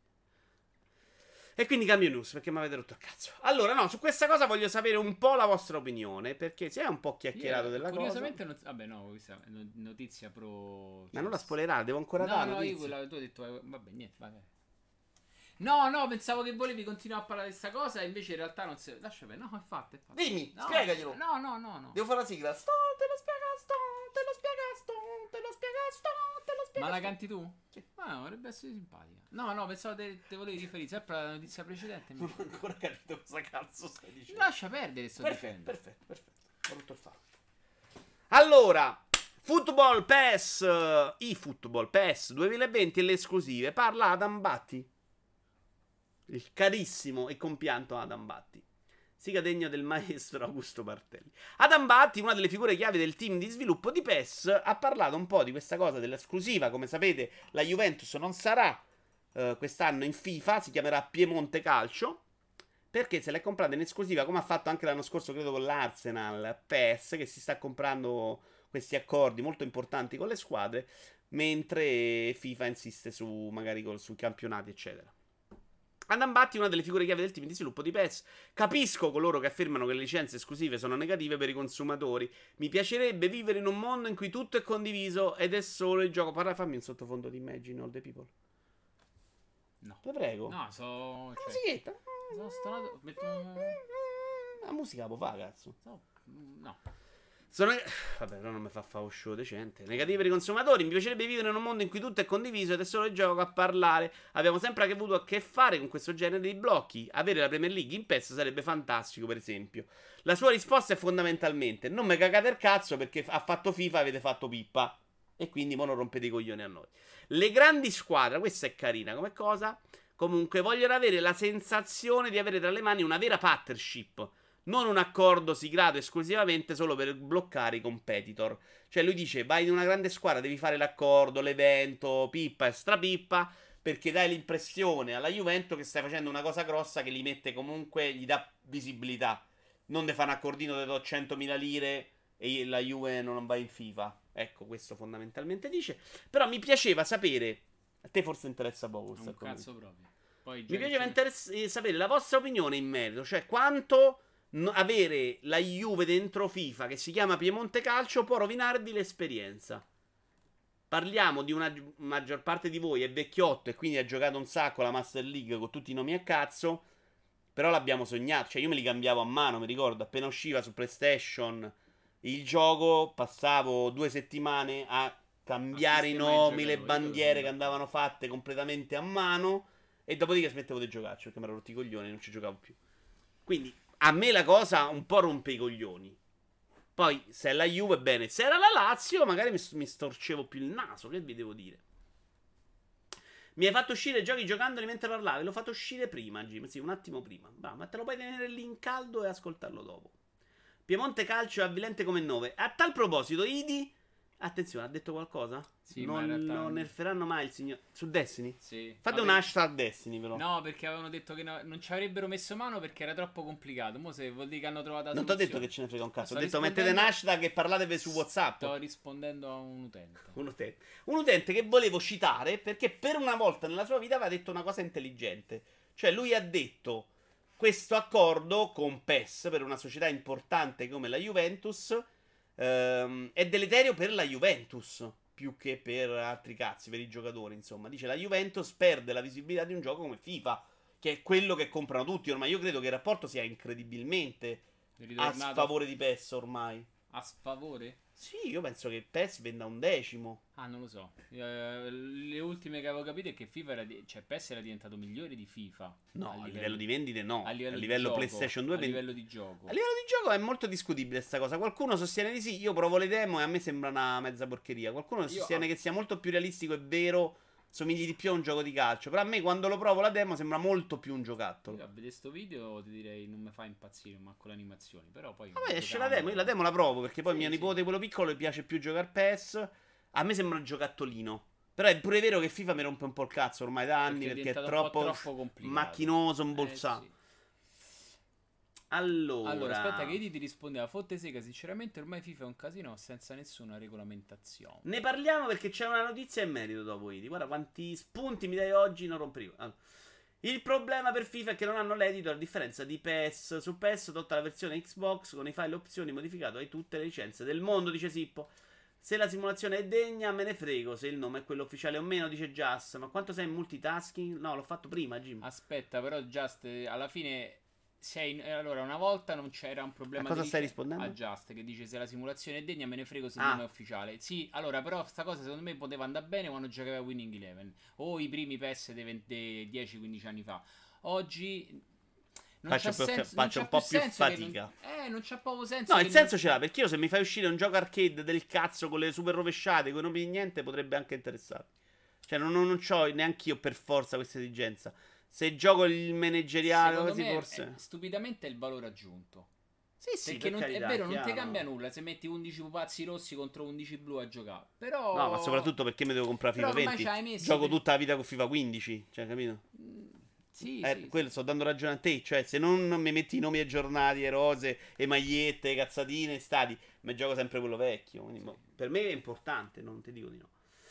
E quindi cambio news perché mi avete rotto il cazzo. Allora, no, su questa cosa voglio sapere un po' la vostra opinione. Perché si è un po' chiacchierato Io, della curiosamente cosa. Non, vabbè, no, questa è notizia pro. Ma non la spoilerà, devo ancora no, dare. No, notizie. io quella tu hai detto. eh, Vabbè, niente, vai, vai. No, no, pensavo che volevi continuare a parlare di questa cosa. E invece in realtà non si. Lascia bene, no, è fatto, è fatto. Dimmi, no, spiegaglielo. No, no, no, no. Devo fare la sigla. Sto, te lo spiega, sto, te lo spiega, sto, te lo spiega, sto, te lo spiega. Ma la sto. canti tu? Sì. Ah, no, dovrebbe essere simpatica. No, no, pensavo te, te volevi riferire sempre alla notizia precedente. Non ho ancora capito cosa cazzo stai dicendo. Lascia perdere, sto Perfetto, dicendo. perfetto, perfetto. Ho rotto il fatto. Allora, Football Pass, uh, eFootball Pass duemilaventi e le esclusive. Parla Adam Batti. Il carissimo e compianto Adam Batti. Siga degno del maestro Augusto Martelli. Adam Batti, una delle figure chiave del team di sviluppo di P E S, ha parlato un po' di questa cosa dell'esclusiva. Come sapete, la Juventus non sarà uh, quest'anno in FIFA, si chiamerà Piemonte Calcio, perché se l'è comprata in esclusiva, come ha fatto anche l'anno scorso, credo, con l'Arsenal, P E S, che si sta comprando questi accordi molto importanti con le squadre, mentre FIFA insiste su magari col, sui campionati, eccetera. Adam Batti, una delle figure chiave del team di sviluppo di P E S. Capisco coloro che affermano che le licenze esclusive sono negative per i consumatori. Mi piacerebbe vivere in un mondo in cui tutto è condiviso ed è solo il gioco. Parla, fammi un sottofondo di Imagine All the People. No. Ti prego. No, so. La Cioè, musichetta. sono stonato. Metto un. La musica la può fare, cazzo. So, no. Sono... Vabbè, però non mi fa fare un show decente. Negative per i consumatori. Mi piacerebbe vivere in un mondo in cui tutto è condiviso ed è solo il gioco a parlare. Abbiamo sempre avuto a che fare con questo genere di blocchi. Avere la Premier League in P E S sarebbe fantastico, per esempio. La sua risposta è fondamentalmente: non mi cagate il cazzo perché ha fatto FIFA e avete fatto pippa. E quindi mo non rompete i coglioni a noi. Le grandi squadre, questa è carina come cosa, comunque vogliono avere la sensazione di avere tra le mani una vera partnership. Non un accordo siglato esclusivamente solo per bloccare i competitor. Cioè lui dice, vai in una grande squadra, devi fare l'accordo, l'evento, pippa e strapippa, perché dai l'impressione alla Juventus che stai facendo una cosa grossa che li mette comunque, gli dà visibilità. Non te fa un accordino, te do centomila lire e la Juve non va in FIFA. Ecco, questo fondamentalmente dice. Però mi piaceva sapere, a te forse interessa poco questa Un cosa. cazzo proprio. Poi Mi piaceva interess- sapere la vostra opinione in merito, cioè quanto... No, avere la Juve dentro FIFA che si chiama Piemonte Calcio può rovinarvi l'esperienza. Parliamo di una maggior parte di voi è vecchiotto e quindi ha giocato un sacco la Master League con tutti i nomi a cazzo, però l'abbiamo sognato. Cioè io me li cambiavo a mano, mi ricordo, appena usciva su PlayStation il gioco, passavo due settimane a cambiare i nomi, le bandiere che andavano fatte completamente a mano, e dopodiché smettevo di giocarci perché mi ero rotti i coglioni e non ci giocavo più. Quindi a me la cosa un po' rompe i coglioni. Poi, se è la Juve, bene. Se era la Lazio, magari mi, mi storcevo più il naso. Che vi devo dire? Mi hai fatto uscire giochi giocandoli mentre parlavi. L'ho fatto uscire prima, Jim. Sì, un attimo prima. Bravo, ma te lo puoi tenere lì in caldo e ascoltarlo dopo. Piemonte Calcio è avvilente come nove. A tal proposito, Idi... Attenzione, ha detto qualcosa? Sì, non, ma in realtà non non- nerferanno mai il signor... Su Destiny? Sì. Fate No, un per- hashtag Destiny, però. No, perché avevano detto che no- non ci avrebbero messo mano perché era troppo complicato. Mo se vuol dire che hanno trovato la Non ti ho detto soluzione. che ce ne frega un cazzo. Sto Ho detto rispondendo- mettete un hashtag e parlatevi su WhatsApp. Sto rispondendo a un utente. Un utente. Un utente che volevo citare perché per una volta nella sua vita aveva detto una cosa intelligente. Cioè lui ha detto questo accordo con P E S per una società importante come la Juventus ehm, è deleterio per la Juventus più che per altri cazzi, per i giocatori insomma. Dice la Juventus perde la visibilità di un gioco come FIFA, che è quello che comprano tutti. Ormai io credo che il rapporto sia incredibilmente a Ritornato sfavore di P E S ormai. a sfavore? Sì, io penso che P E S venda un decimo. Ah, non lo so. Eh, le ultime che avevo capito è che FIFA era di- cioè P E S era diventato migliore di FIFA. No, a livello, di vendite no. a livello, a di livello gioco, PlayStation due a vendi- livello di gioco. A livello di gioco è molto discutibile sta cosa. Qualcuno sostiene di sì, io provo le demo e a me sembra una mezza porcheria. Qualcuno Io- sostiene che sia molto più realistico e vero, somigli di più a un gioco di calcio. Però a me quando lo provo la demo sembra molto più un giocattolo. Io a vedere sto video ti direi non mi fa impazzire ma con le animazioni. Però poi. Vabbè, esce la giocando- demo, io la demo la provo perché poi Sì, mio sì. nipote, quello piccolo, gli piace più giocare P E S. A me sembra un giocattolino. Però è pure vero che FIFA mi rompe un po' il cazzo ormai da anni Perché è perché, è diventato un po' troppo, troppo complicato. macchinoso, Eh, imbolsato. sì. Allora, Allora, aspetta che Edi ti rispondeva. Fotte sega, sinceramente ormai FIFA è un casino senza nessuna regolamentazione. ne parliamo perché c'è una notizia in merito dopo Idi. Guarda quanti spunti mi dai oggi, non romperivo. Allora, il problema per FIFA è che non hanno l'editor a differenza di P E S. Su P E S tutta la versione Xbox con i file e opzioni modificato hai tutte le licenze del mondo, dice Sippo. Se la simulazione è degna, me ne frego se il nome è quello ufficiale o meno, dice Just. Ma quanto sei in multitasking? No, l'ho fatto prima, Jim. Aspetta, però, Just, eh, alla fine. Sei, eh, allora, una volta non c'era un problema. A cosa di stai licen- rispondendo? A Just che dice se la simulazione è degna, me ne frego se il Ah. nome è ufficiale. Sì, allora, però, sta cosa secondo me poteva andare bene quando giocava a Winning Eleven o i primi P E S dei venti dei dieci quindici anni fa. Oggi. Non Faccio c'ha più- senso, faccio non un c'ha po' più senso che fatica. non- eh, non c'ha proprio senso. No, che il non- senso ce l'ha, perché io se mi fai uscire un gioco arcade del cazzo con le super rovesciate, con non niente, potrebbe anche interessarmi. Cioè, non, non, non ho neanche io per forza questa esigenza. Se gioco il manageriale, Secondo così me forse. è- stupidamente è il valore aggiunto. Sì, sì, Perché per non, è carità, vero, non ti chiaro. cambia nulla se metti undici pupazzi rossi contro undici blu a giocare. Però. No, ma soprattutto perché mi devo comprare Però FIFA ormai venti. c'hai messo Gioco per- tutta la vita con FIFA quindici. Cioè, capito? Mm, Sì, Eh, sì. quello sto dando ragione a te. Cioè, se non mi metti i nomi aggiornati, e rose, e magliette, e cazzatine, stati, mi gioco sempre quello vecchio. Quindi, Sì. boh, per me è importante, non ti dico di no.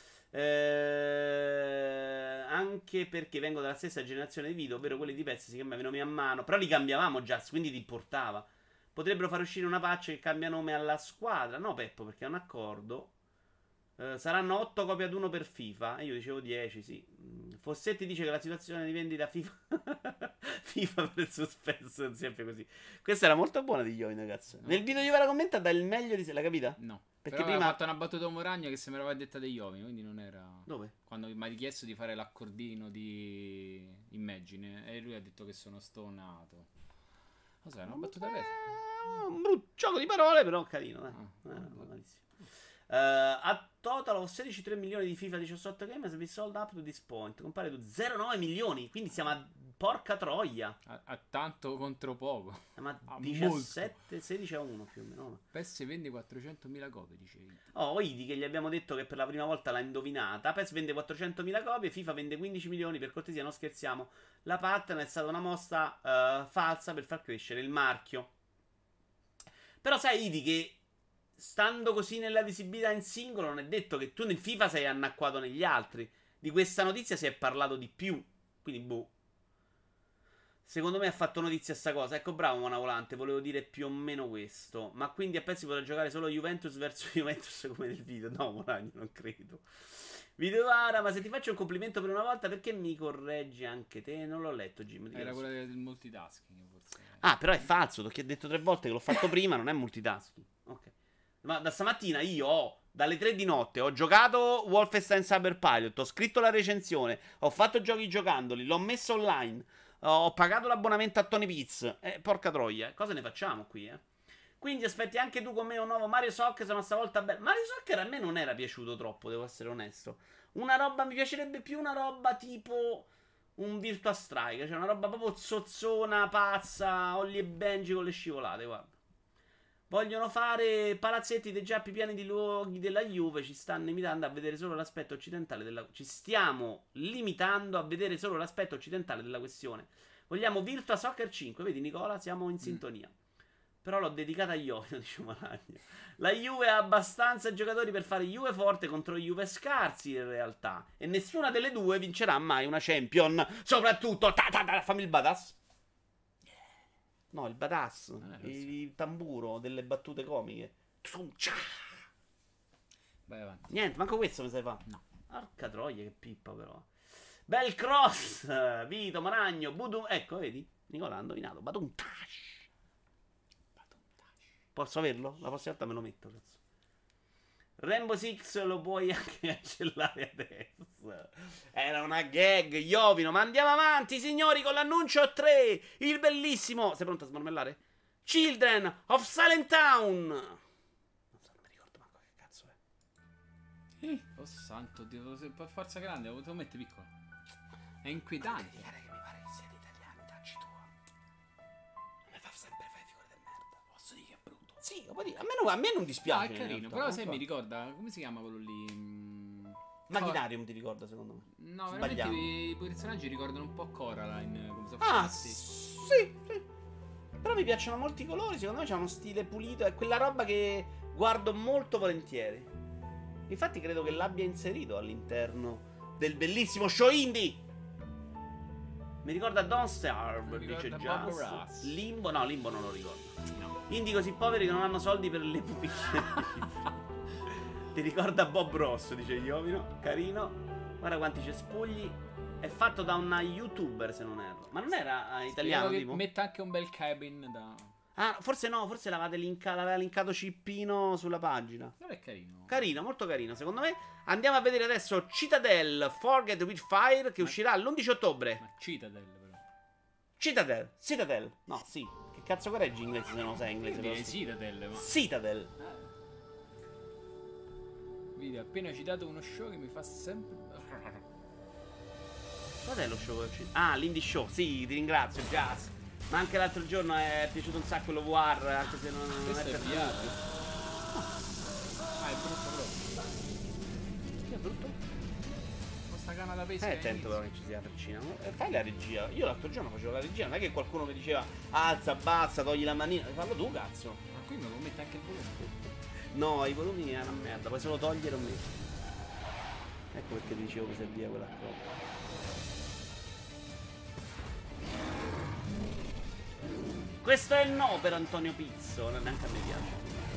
Eh, anche perché vengo dalla stessa generazione di video, ovvero quelli di pezzi si cambiavano nome a mano. Però li cambiavamo già, quindi ti importava. Potrebbero far uscire una patch che cambia nome alla squadra. No, Peppo, perché è un accordo. Eh, saranno otto copie ad uno per FIFA. E io dicevo dieci, sì. Mm, Fossetti dice che la situazione di vendita FIFA FIFA per il suspenso non sempre così. Questa era molto buona di Iovine, cazzo. No. Nel video di Vera commenta dà il meglio di sé, l'hai capita? No. Perché Però prima- aveva fatto una battuta Moragno che sembrava detta degli uomini, quindi non era. Dove? Quando mi hai chiesto di fare l'accordino di Immagine e lui ha detto che sono stonato. Cos'è? Una battuta Eh, presa? un brutto gioco di parole, però carino, dai. Ah, Eh, vabbè. malissimo. Eh, a total ho sedici virgola tre milioni di FIFA diciotto gamers we sold up to this point. Compare tu zero virgola nove milioni. Quindi siamo a porca troia. A, a tanto contro poco. Siamo a Ah, diciassette, sedici a uno più o meno. P E S vende quattrocentomila copie, dicevi. Oh, Idi che gli abbiamo detto che per la prima volta l'ha indovinata. P E S vende quattrocentomila copie, FIFA vende quindici milioni. Per cortesia, non scherziamo. La pattern è stata una mossa eh, falsa per far crescere il marchio. Però sai, Idi, che stando così nella visibilità in singolo, non è detto che tu nel FIFA sei annacquato negli altri. Di questa notizia si è parlato di più. Quindi, boh. Secondo me ha fatto notizia sta cosa. Ecco, bravo, Mona Volante. Volevo dire più o meno questo. Ma quindi a pezzi potrà giocare solo Juventus verso Juventus come nel video. No, Moragno, non credo. Videovara, ma se ti faccio un complimento per una volta, perché mi correggi anche te? Non l'ho letto, Jim. Dio Era lo so. quella del multitasking, forse. Ah, però è falso. Ti ho detto tre volte che l'ho fatto prima. Non è multitasking. Ok. Ma da stamattina io ho, dalle tre di notte, ho giocato Wolfenstein Cyber Pilot. Ho scritto la recensione. Ho fatto giochi giocandoli. L'ho messo online. Ho pagato l'abbonamento a Tony Piz. Eh, porca troia. eh. Cosa ne facciamo qui, eh? Quindi aspetti anche tu con me un nuovo Mario Soccer, ma stavolta bello. Mario Soccer a me non era piaciuto troppo, devo essere onesto. Una roba, mi piacerebbe più una roba tipo un Virtua Strike, cioè una roba proprio zozzona, pazza, Holly e Benji con le scivolate, guarda. Vogliono fare palazzetti dei giappi pieni di luoghi della Juve, ci stanno imitando a vedere solo l'aspetto occidentale della... Ci stiamo limitando a vedere solo l'aspetto occidentale della questione. Vogliamo Virtua Soccer cinque, vedi Nicola, siamo in sintonia. Mm. Però l'ho dedicata a Ionio, dice Malagna. La Juve ha abbastanza giocatori per fare Juve forte contro Juve scarsi in realtà. E nessuna delle due vincerà mai una Champion. Soprattutto, ta, ta, ta, fammi il badass. No, il badass, il, il tamburo delle battute comiche. Vai avanti. Niente, manco questo mi sai fa. No. Porca troia, che pippa però. Bel cross, Vito, Maragno, Budum. Ecco, vedi? Nicola ha indovinato. Baduntash. Posso averlo? La prossima volta me lo metto, cazzo. Rainbow Six lo puoi anche cancellare adesso. Era una gag, Iovino. Ma andiamo avanti, signori, con l'annuncio tre. Il bellissimo... Sei pronto a smarmellare? Children of Silent Town. Non so, non mi ricordo manco che cazzo è. Eh, oh santo Dio, per forza grande, lo devo mettere piccolo. È inquietante. Che mi pare che sia di italiani, tacci tua. Non mi fa sempre fare figure di merda. Posso dire che è brutto? Sì, lo puoi dire. A me non, a me non dispiace. Ah, è carino, però se mi ricorda, come si chiama quello lì? Mm... Machinarium ti ricorda, secondo me. No, veramente i, i personaggi ricordano un po' Coraline, come sono ah, fatti. Sì, sì. Però mi piacciono molti colori, secondo me c'ha uno stile pulito, è quella roba che guardo molto volentieri. Infatti credo che l'abbia inserito all'interno del bellissimo show indie. Mi ricorda Don't Starve, dice Just. Limbo, no, Limbo non lo ricordo. No. Indie così poveri che non hanno soldi per le pupille. Ti ricorda Bob Ross, dice Iovino. Carino. Guarda quanti cespugli. È fatto da una youtuber, se non erro. Ma non era italiano, tipo? Mette anche un bel cabin da... Ah, forse no, forse l'avete linka- l'aveva linkato Cippino sulla pagina. Non è carino. Carino, molto carino, secondo me. Andiamo a vedere adesso Citadel Forget with Fire, che Ma... uscirà l'undici ottobre. Ma Citadel, però. Citadel, Citadel. No, sì. Che cazzo correggi inglese se non lo sai inglese? Io direi Citadel, ma... Citadel. Eh. Video, appena citato uno show che mi fa sempre... Cos'è lo show? Ah, l'indie show. Sì, ti ringrazio, Jazz. Ma anche l'altro giorno è piaciuto un sacco l'O V R, anche se non, non Questo è è per viaggio. no. Ah, è brutto proprio. Che è brutto? Questa canna da pesca. Stai attento però che ci sia la freccina. Eh, Fai la regia. Io l'altro giorno facevo la regia. Non è che qualcuno mi diceva alza, abbassa, togli la manina. Fallo tu, cazzo. Ma qui me lo mette anche il volume. No, i volumi è una merda. Puoi solo togliere o mettere. Ecco perché ti dicevo che serviva quella cosa. Questo è il no per Antonio Pizzo. Neanche a me piace.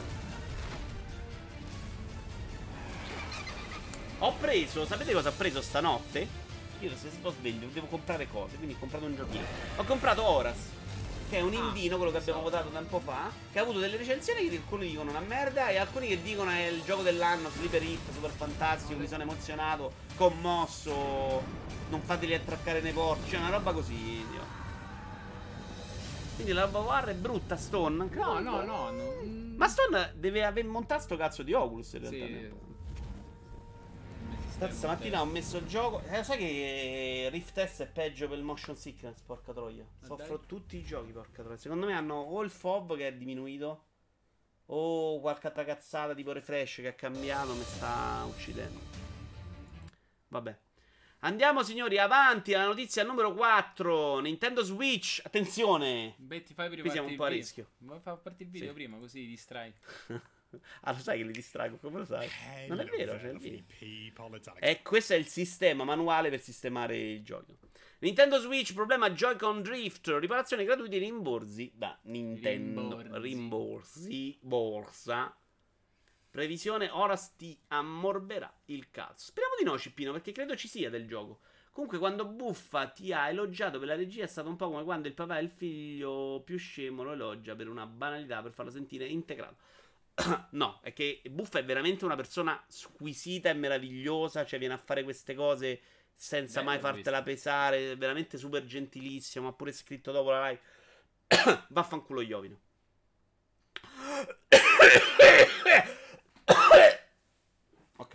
Ho preso, sapete cosa ho preso stanotte? Io se sto sveglio devo comprare cose, quindi ho comprato un giochino. Ho comprato Horas, che è un indino, quello che abbiamo votato tempo fa, che ha avuto delle recensioni che alcuni dicono una merda e alcuni che dicono è il gioco dell'anno, Sleeper Hit, super fantastico, mi sono emozionato, commosso, non fateli attraccare nei porti, cioè una roba così, Dio. Quindi la roba war è brutta, Stone? No, no, no, no. Ma Stone deve aver montato sto cazzo di Oculus in realtà. Sì. Stamattina ho messo il gioco. Eh, sai che Rift S è peggio per il motion sickness, porca troia. Ma Soffro dai. tutti i giochi, porca troia. Secondo me hanno o il F O V che è diminuito, o qualche altra cazzata tipo refresh che è cambiato, mi sta uccidendo. Vabbè. Andiamo signori avanti alla notizia numero quattro. Nintendo Switch. Attenzione. Betty, fai prima. Qui siamo un po' a rischio. Ma fa partire il video Sì. prima, così distrai. Ah, lo sai che li distraggo, come lo sai? Non è vero, c'è il video. people, it's Alex. E questo è il sistema manuale per sistemare il gioco. Nintendo Switch, problema Joy-Con Drift, riparazione gratuita e rimborsi da Nintendo. Rimborsi. Rimborsi, borsa. Previsione, ora ti ammorberà il cazzo. Speriamo di no, Cippino, perché credo ci sia del gioco. Comunque, quando Buffa ti ha elogiato per la regia è stato un po' come quando il papà e il figlio più scemo lo elogia per una banalità, per farlo sentire integrato. No, è che Buffa è veramente una persona squisita e meravigliosa, cioè viene a fare queste cose senza Beh, mai l'ho fartela pesare, è veramente super gentilissimo, ha pure scritto dopo la live. Vaffanculo Iovino. Ok. Devo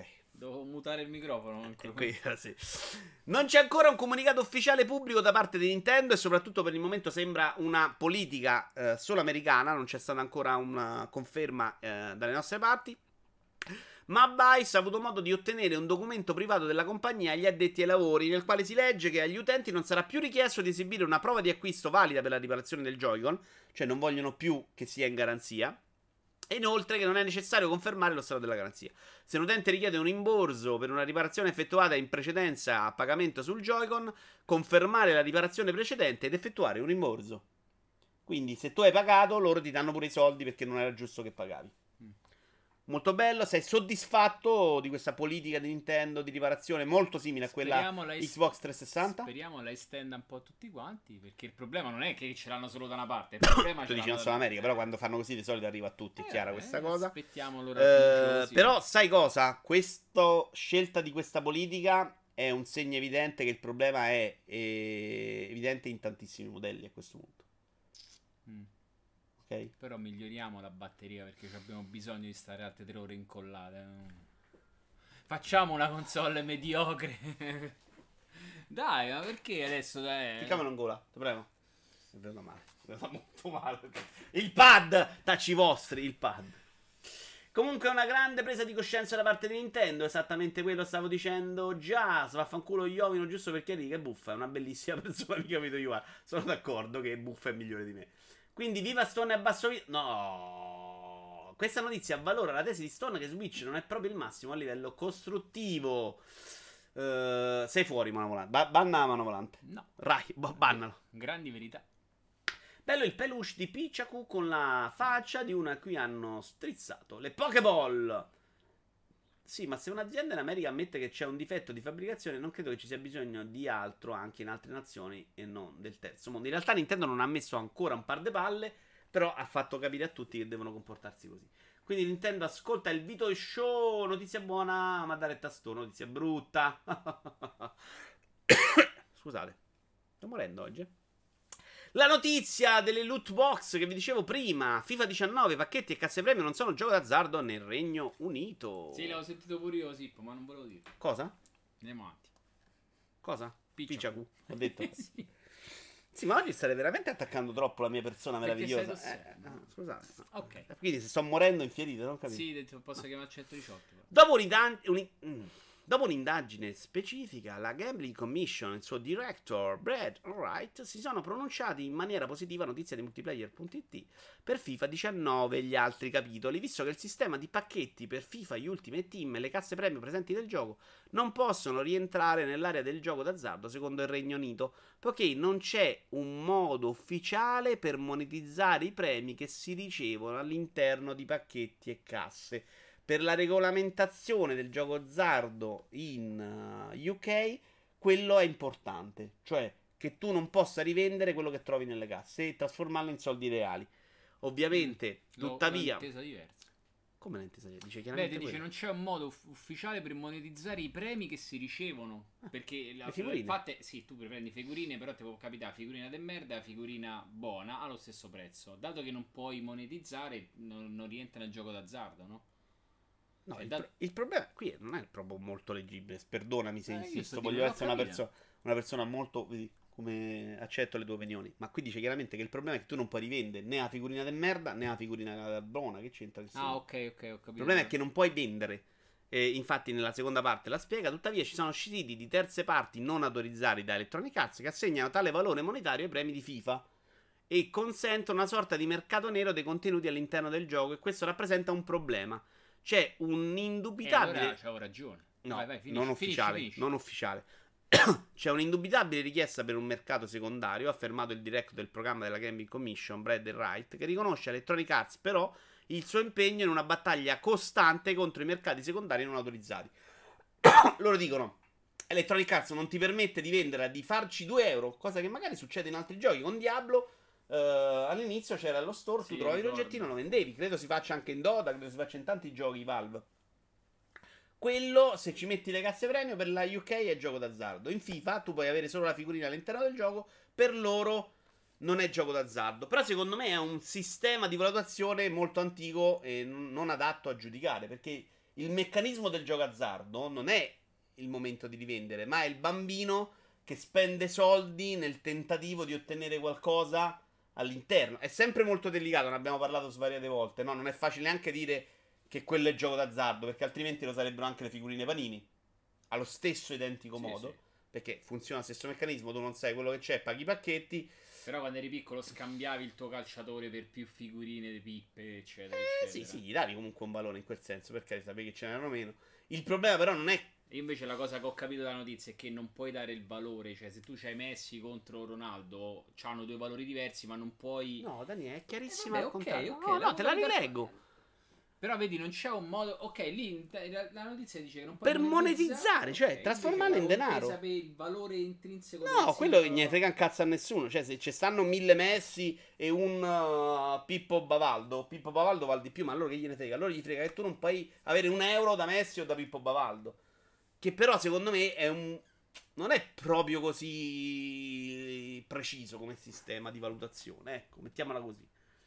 Devo mutare il microfono. Eh, qui, sì. Non c'è ancora un comunicato ufficiale pubblico da parte di Nintendo e soprattutto per il momento sembra una politica eh, solo americana, non c'è stata ancora una conferma eh, dalle nostre parti. Ma Vice ha avuto modo di ottenere un documento privato della compagnia agli addetti ai lavori, nel quale si legge che agli utenti non sarà più richiesto di esibire una prova di acquisto valida per la riparazione del Joy-Con, cioè non vogliono più che sia in garanzia. E inoltre che non è necessario confermare lo stato della garanzia. Se un utente richiede un rimborso per una riparazione effettuata in precedenza a pagamento sul Joy-Con, confermare la riparazione precedente ed effettuare un rimborso. Quindi se tu hai pagato, loro ti danno pure i soldi perché non era giusto che pagavi. Molto bello, sei soddisfatto di questa politica di Nintendo di riparazione molto simile a quella Xbox trecentosessanta? Speriamo la estenda un po' a tutti quanti, perché il problema non è che ce l'hanno solo da una parte, il problema tu dici non solo in America, però quando fanno così di solito arriva a tutti, è eh, chiara eh, questa cosa. Aspettiamo l'ora. Eh, però sai cosa? Questa scelta di questa politica è un segno evidente che il problema è eh, evidente in tantissimi modelli a questo punto. Mm. Okay. Però miglioriamo la batteria perché abbiamo bisogno di stare altre tre ore incollate. Facciamo una console mediocre. Dai, ma perché adesso dai? Cliccamelo in gola, ti prego. È venuto male. È venuto molto male. Il pad! Tacci vostri, il pad. Comunque è una grande presa di coscienza da parte di Nintendo. Esattamente quello stavo dicendo già. Svaffanculo Iovino giusto perché lì che buffa. È una bellissima persona, mica capito Iovino. Sono d'accordo che buffa è migliore di me. Quindi viva Stone a basso video. No. Questa notizia avvalora la tesi di Stone che Switch non è proprio il massimo a livello costruttivo. Uh, sei fuori manovolante. Ba- banna la manovolante. No. Rai, b- bannalo. Grandi verità. Bello il peluche di Pichaku con la faccia di una a cui hanno strizzato le Pokéball. Sì, ma se un'azienda in America ammette che c'è un difetto di fabbricazione, non credo che ci sia bisogno di altro anche in altre nazioni e non del terzo mondo. In realtà Nintendo non ha messo ancora un par de palle, però ha fatto capire a tutti che devono comportarsi così. Quindi Nintendo ascolta il Vito Show, notizia buona, ma dare tastone, notizia brutta. Scusate, sto morendo oggi. La notizia delle loot box che vi dicevo prima. FIFA diciannove, pacchetti e casse premio non sono gioco d'azzardo nel Regno Unito. Sì, l'avevo sentito pure io, Sippo, ma non ve lo dico. Cosa? Andiamo avanti. Cosa? Pichaku. Ho detto. Sì. Sì, ma oggi state veramente attaccando troppo la mia persona Perché meravigliosa. sei Eh, no, scusate. No. Ok. Quindi se sto morendo infierito, non capisco. Sì, detto, posso chiamare centodiciotto. Però. Dopo un'indagine... Mm. Dopo un'indagine specifica, la Gambling Commission e il suo director Brad Wright si sono pronunciati in maniera positiva a notizia di multiplayer punto it per FIFA diciannove e gli altri capitoli, visto che il sistema di pacchetti per FIFA, Ultimate Team e le casse premio presenti del gioco non possono rientrare nell'area del gioco d'azzardo secondo il Regno Unito, poiché non c'è un modo ufficiale per monetizzare i premi che si ricevono all'interno di pacchetti e casse. Per la regolamentazione del gioco azzardo in uh, U K, quello è importante. Cioè, che tu non possa rivendere quello che trovi nelle casse e trasformarlo in soldi reali. Ovviamente, mm, tuttavia... L'ho intesa diversa. Come l'hai intesa diversa? Dice chiaramente Beh, ti dice quello. non c'è un modo uff- ufficiale per monetizzare i premi che si ricevono. Ah, perché la, le figurine. Infatti, sì, tu prendi figurine, però ti può capitare figurina de merda, figurina buona, allo stesso prezzo. Dato che non puoi monetizzare, non, non rientra nel gioco d'azzardo, no? No, Cioè, il, da- pro- il problema qui non è proprio molto leggibile. Perdonami se Eh, io insisto, sto voglio dicendo, essere una, ho capito. perso- una persona molto. Vedi, come accetto le tue opinioni. Ma qui dice chiaramente che il problema è che tu non puoi rivendere né la figurina del merda né la figurina buona. Che c'entra? Che Ah, ok, ok, ho capito. il problema è che non puoi vendere. Eh, infatti, nella seconda parte la spiega. Tuttavia, ci sono siti di terze parti non autorizzati da Electronic Arts che assegnano tale valore monetario ai premi di FIFA e consentono una sorta di mercato nero dei contenuti all'interno del gioco. E questo rappresenta un problema. C'è un Eh, indubitabile. allora c'avevo ragione. No, vai, vai, finisci, non ufficiale. finisci, finisci. Non ufficiale. C'è un'indubitabile richiesta per un mercato secondario, ha affermato il diretto del programma della Gambling Commission, Brad Wright, che riconosce a Electronic Arts però il suo impegno in una battaglia costante contro i mercati secondari non autorizzati. Loro dicono: Electronic Arts non ti permette di vendere, di farci due euro, cosa che magari succede in altri giochi. Con Diablo uh, all'inizio c'era lo store, Sì, tu trovavi ricordo. l'oggettino, lo vendevi. Credo si faccia anche in Dota, credo si faccia in tanti giochi Valve. Quello, se ci metti le casse premio, per la U K è gioco d'azzardo. In FIFA tu puoi avere solo la figurina all'interno del gioco, per loro non è gioco d'azzardo. Però secondo me è un sistema di valutazione molto antico e non adatto a giudicare, perché il meccanismo del gioco azzardo non è il momento di rivendere, ma è il bambino che spende soldi nel tentativo di ottenere qualcosa all'interno. È sempre molto delicato, ne abbiamo parlato svariate volte, no? Non è facile neanche dire che quello è gioco d'azzardo, perché altrimenti lo sarebbero anche le figurine Panini, allo stesso identico Sì, modo, sì. perché funziona lo stesso meccanismo, tu non sai quello che c'è, paghi i pacchetti. Però quando eri piccolo scambiavi il tuo calciatore per più figurine di pippe, eccetera, Eh sì, eccetera. sì, gli davi comunque un valore in quel senso, perché sapevi che ce n'erano meno. Il problema però non è... E invece la cosa che ho capito dalla notizia è che non puoi dare il valore, cioè se tu c'hai Messi contro Ronaldo, hanno due valori diversi, ma non puoi... No, Daniele, è Eh, chiarissimo vabbè, al ok, contrario. ok, No, la no, te la puoi dar- rileggo. Però vedi, non c'è un modo... Ok, lì la, la notizia dice che non puoi Per monetizzare, cioè, ok, trasformarlo in invece denaro. volevo sapere il valore intrinseco No, del quello che singolo- gliene frega un cazzo a nessuno. Cioè, se ci stanno mille Messi e un uh, Pippo Bavaldo, Pippo Bavaldo vale di più, ma allora che gliene frega? Allora gli frega che tu non puoi avere un euro da Messi o da Pippo Bavaldo. Che però, secondo me, è un... non è proprio così preciso come sistema di valutazione. Ecco, mettiamola così.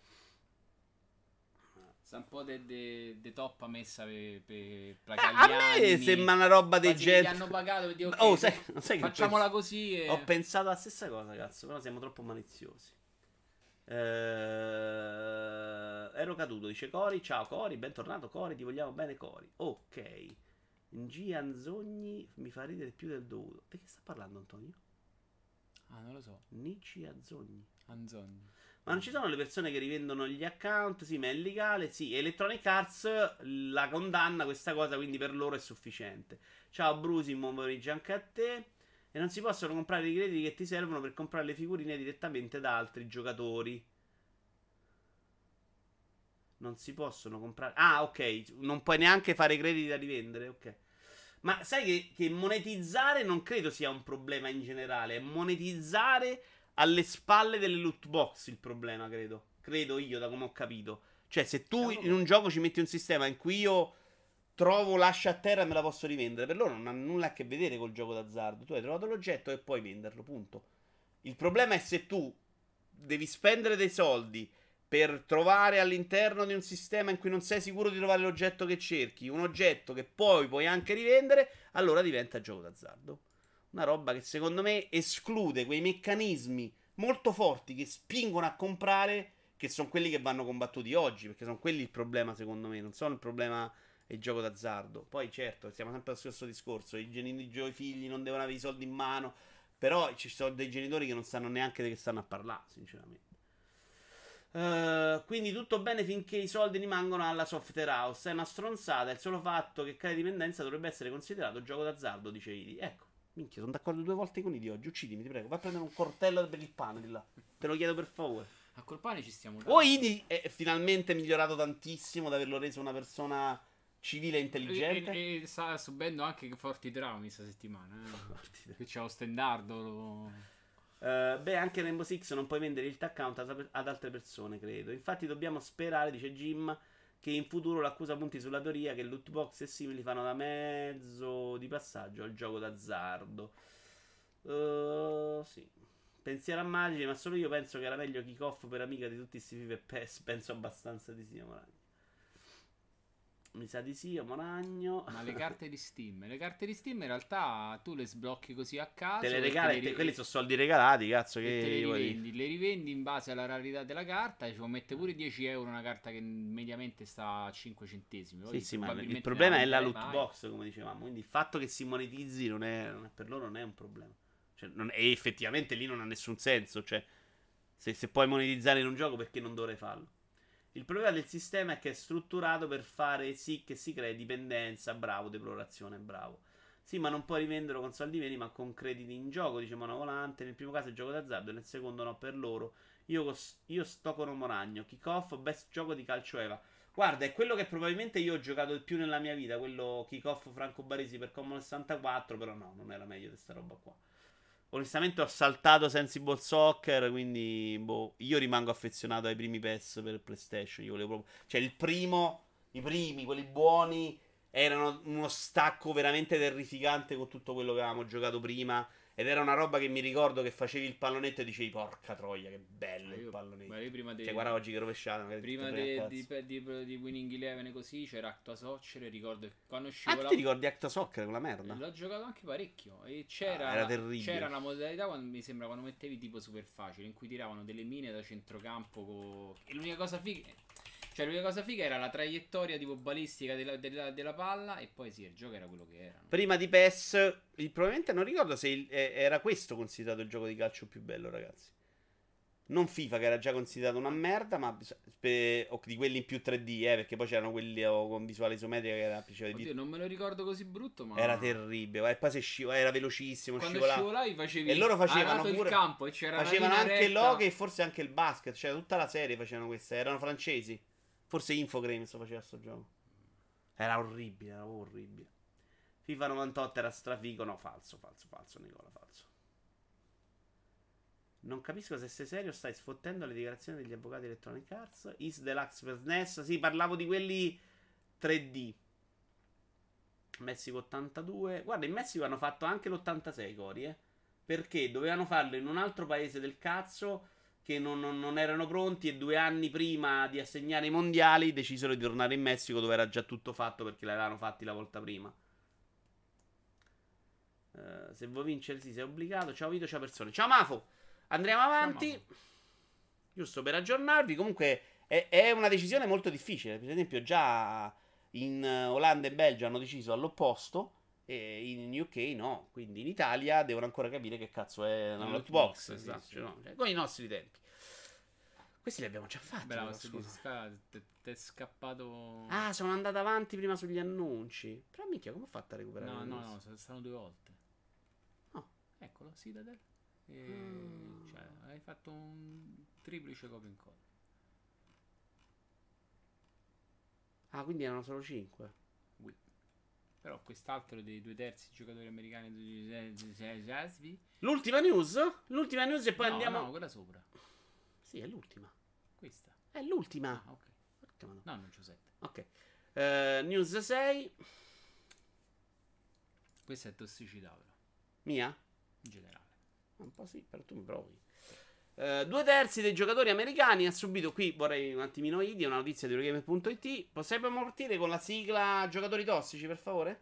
Sta un po' de, de, de toppa messa per pe, pe Eh, a me sembra una roba del quasi che gli genere. hanno pagato per dire, ok, Oh, sai, sai che facciamola penso- così e... Ho pensato la stessa cosa, cazzo, però siamo troppo maliziosi. Eh, ero caduto, dice Cori. Ciao Cori, bentornato Cori, ti vogliamo bene Cori. Ok. G Anzogni mi fa ridere più del dovuto. Di che sta parlando Antonio? Ah, non lo so, Nici Anzogni. Anzogni. Ma non ci sono le persone che rivendono gli account? Sì, ma è illegale? Sì, Electronic Arts la condanna questa cosa, quindi per loro è sufficiente. Ciao Brusi, buon pomeriggio anche a te. E non si possono comprare i crediti che ti servono per comprare le figurine direttamente da altri giocatori. Non si possono comprare... Ah, ok, non puoi neanche fare crediti da rivendere, ok. Ma sai che, che monetizzare non credo sia un problema in generale, è monetizzare alle spalle delle loot box il problema, credo. Credo io, da come ho capito. Cioè, se tu Cavolo. in un gioco ci metti un sistema in cui io trovo l'ascia a terra e me la posso rivendere, per loro non ha nulla a che vedere col gioco d'azzardo. Tu hai trovato l'oggetto e puoi venderlo, punto. Il problema è se tu devi spendere dei soldi per trovare all'interno di un sistema in cui non sei sicuro di trovare l'oggetto che cerchi, un oggetto che poi puoi anche rivendere, allora diventa gioco d'azzardo. Una roba che secondo me esclude quei meccanismi molto forti che spingono a comprare, che sono quelli che vanno combattuti oggi, perché sono quelli il problema secondo me, non sono il problema il gioco d'azzardo. Poi certo, siamo sempre allo stesso discorso, i genitori, i figli non devono avere i soldi in mano, però ci sono dei genitori che non sanno neanche di che stanno a parlare, sinceramente. Uh, quindi tutto bene finché i soldi rimangono alla software house. È una stronzata. Il solo fatto che crea dipendenza dovrebbe essere considerato gioco d'azzardo, dice Idi. Ecco, minchia, sono d'accordo due volte con Idi oggi. Uccidimi, ti prego. Vai a prendere un coltello per il pane di là. Te lo chiedo per favore. A col pane ci stiamo O Idi è finalmente migliorato tantissimo da averlo reso una persona civile e intelligente. E, e, e sta subendo anche forti traumi questa settimana. Eh. Che c'è lo stendardo. Lo... Uh, beh, anche Rainbow Six non puoi vendere il account ad, ad altre persone, credo. Infatti dobbiamo sperare, dice Jim, che in futuro l'accusa punti sulla teoria che loot box e simili fanno da mezzo di passaggio al gioco d'azzardo. Uh, sì. Pensiero a Maggi, ma solo io penso che era meglio kick-off per amica di tutti questi FIFA e P E S. Penso abbastanza di sì, Moragno. Mi sa di sì, Moragno. Ma le carte di Steam, le carte di Steam in realtà tu le sblocchi così a caso. Te le e regali, te te, ri- quelli sono soldi regalati, cazzo. e Che te le vuoi dire? rivendi, le rivendi in base alla rarità della carta. Ci può mettere pure dieci euro una carta che mediamente sta a cinque centesimi. Poi Sì, sì, ma il probabilmente problema ne è la venderai loot mai. box, come dicevamo. Quindi il fatto che si monetizzi non è, non è- per loro non è un problema. Cioè, non- e effettivamente lì non ha nessun senso. Cioè, se, se puoi monetizzare in un gioco, perché non dovrei farlo? Il problema del sistema è che è strutturato per fare sì che si crei dipendenza. Bravo, deplorazione, bravo. Sì, ma non puoi rivenderlo con soldi veri, ma con crediti in gioco, dice Monovolante. Nel primo caso è gioco d'azzardo, nel secondo no per loro. Io, cos- io sto con un Moragno. Kick-off, best gioco di calcio Eva. Guarda, è quello che probabilmente io ho giocato di più nella mia vita. Quello Kick-off Franco Baresi per Commodore sessantaquattro. Però no, non era meglio di sta roba qua. Onestamente ho saltato Sensible Soccer, quindi boh, io rimango affezionato ai primi P E S per PlayStation. Io volevo proprio... Cioè il primo, i primi, quelli buoni, erano uno stacco veramente terrificante con tutto quello che avevamo giocato prima. Ed era una roba che mi ricordo che facevi il pallonetto e dicevi porca troia, che bello il Io, pallonetto. ma io prima di, Cioè, guarda oggi che rovesciata. prima de- di, di, di, di Winning Eleven così c'era Actua Soccer. Ricordo che quando uscivo Ah, tu la- ti ricordi Acta Soccer, quella merda? l'ho giocato anche parecchio. E c'era, Ah, era terribile. c'era una modalità quando mi sembra quando mettevi tipo super facile in cui tiravano delle mine da centrocampo. Co... E l'unica cosa figa. Cioè, l'unica cosa figa era la traiettoria tipo balistica della, della, della palla. E poi sì, il gioco era quello che era. No? Prima di P E S, il, probabilmente non ricordo se il- eh, era questo considerato il gioco di calcio più bello, ragazzi. Non FIFA, che era già considerato una merda, ma bis- pe- o di quelli in più tre D, eh, perché poi c'erano quelli oh, con visuale isometrica che era piaceva di Oddio, non me lo ricordo così brutto, ma Era terribile, e poi se scivola, era velocissimo, quando scivolava. scivolavi facevi E loro facevano a lato pure- il campo e c'era Facevano una anche linea l'hockey retta. e forse anche il basket, cioè tutta la serie facevano queste, erano francesi. Forse Infogrames faceva sto gioco. Era orribile, era orribile. FIFA novantotto era strafigo, no, falso, falso, falso, Nicola, falso. Non capisco se sei serio o stai sfottendo le dichiarazioni degli avvocati Electronic Arts. Is Deluxe per S N E S. Sì, parlavo di quelli tre D. Messico ottantadue. Guarda, in Messico hanno fatto anche l'ottantasei, Cori, eh. Perché dovevano farlo in un altro paese del cazzo che non, non- non erano pronti e due anni prima di assegnare i mondiali decisero di tornare in Messico dove era già tutto fatto perché l'avevano fatti la volta prima. Eh, se vuoi vincere, sì, sei obbligato. Ciao Vito, ciao persone. Ciao Mafo. Andremo avanti. Ciao, Mafo. Giusto per aggiornarvi. Comunque è, è una decisione molto difficile. Per esempio, già in eh, Olanda e Belgio hanno deciso all'opposto. E in U K no. Quindi in Italia devono ancora capire che cazzo è una Una loot loot box. box, sì, esatto, sì. cioè, no, cioè, con i nostri tempi. Questi li abbiamo già fatti. Bravo, però, sto scusa. di sca- te- te è scappato. Ah, sono andato avanti prima sugli annunci. Però minchia, come ho fatto a recuperare? No, le no, news? no, sono stato due volte. Oh. Eccolo, Citadel. E... Mm. Cioè, hai fatto un triplice copia e incolla. Ah, quindi erano solo cinque. Oui. Però quest'altro dei due terzi giocatori americani di L'ultima news? L'ultima news e poi no, andiamo. no, quella sopra. Sì, è l'ultima. Questa. È l'ultima. Ah, ok. Porca madonna. No, non c'ho sette. Ok. Eh, news sei. Questa è tossicità, però. Mia? In generale. Un po' sì, però tu mi provi. Eh, due terzi dei giocatori americani ha subito. Qui vorrei un attimino idea, una notizia di Eurogamer punto it. Possiamo partire con la sigla giocatori tossici, per favore?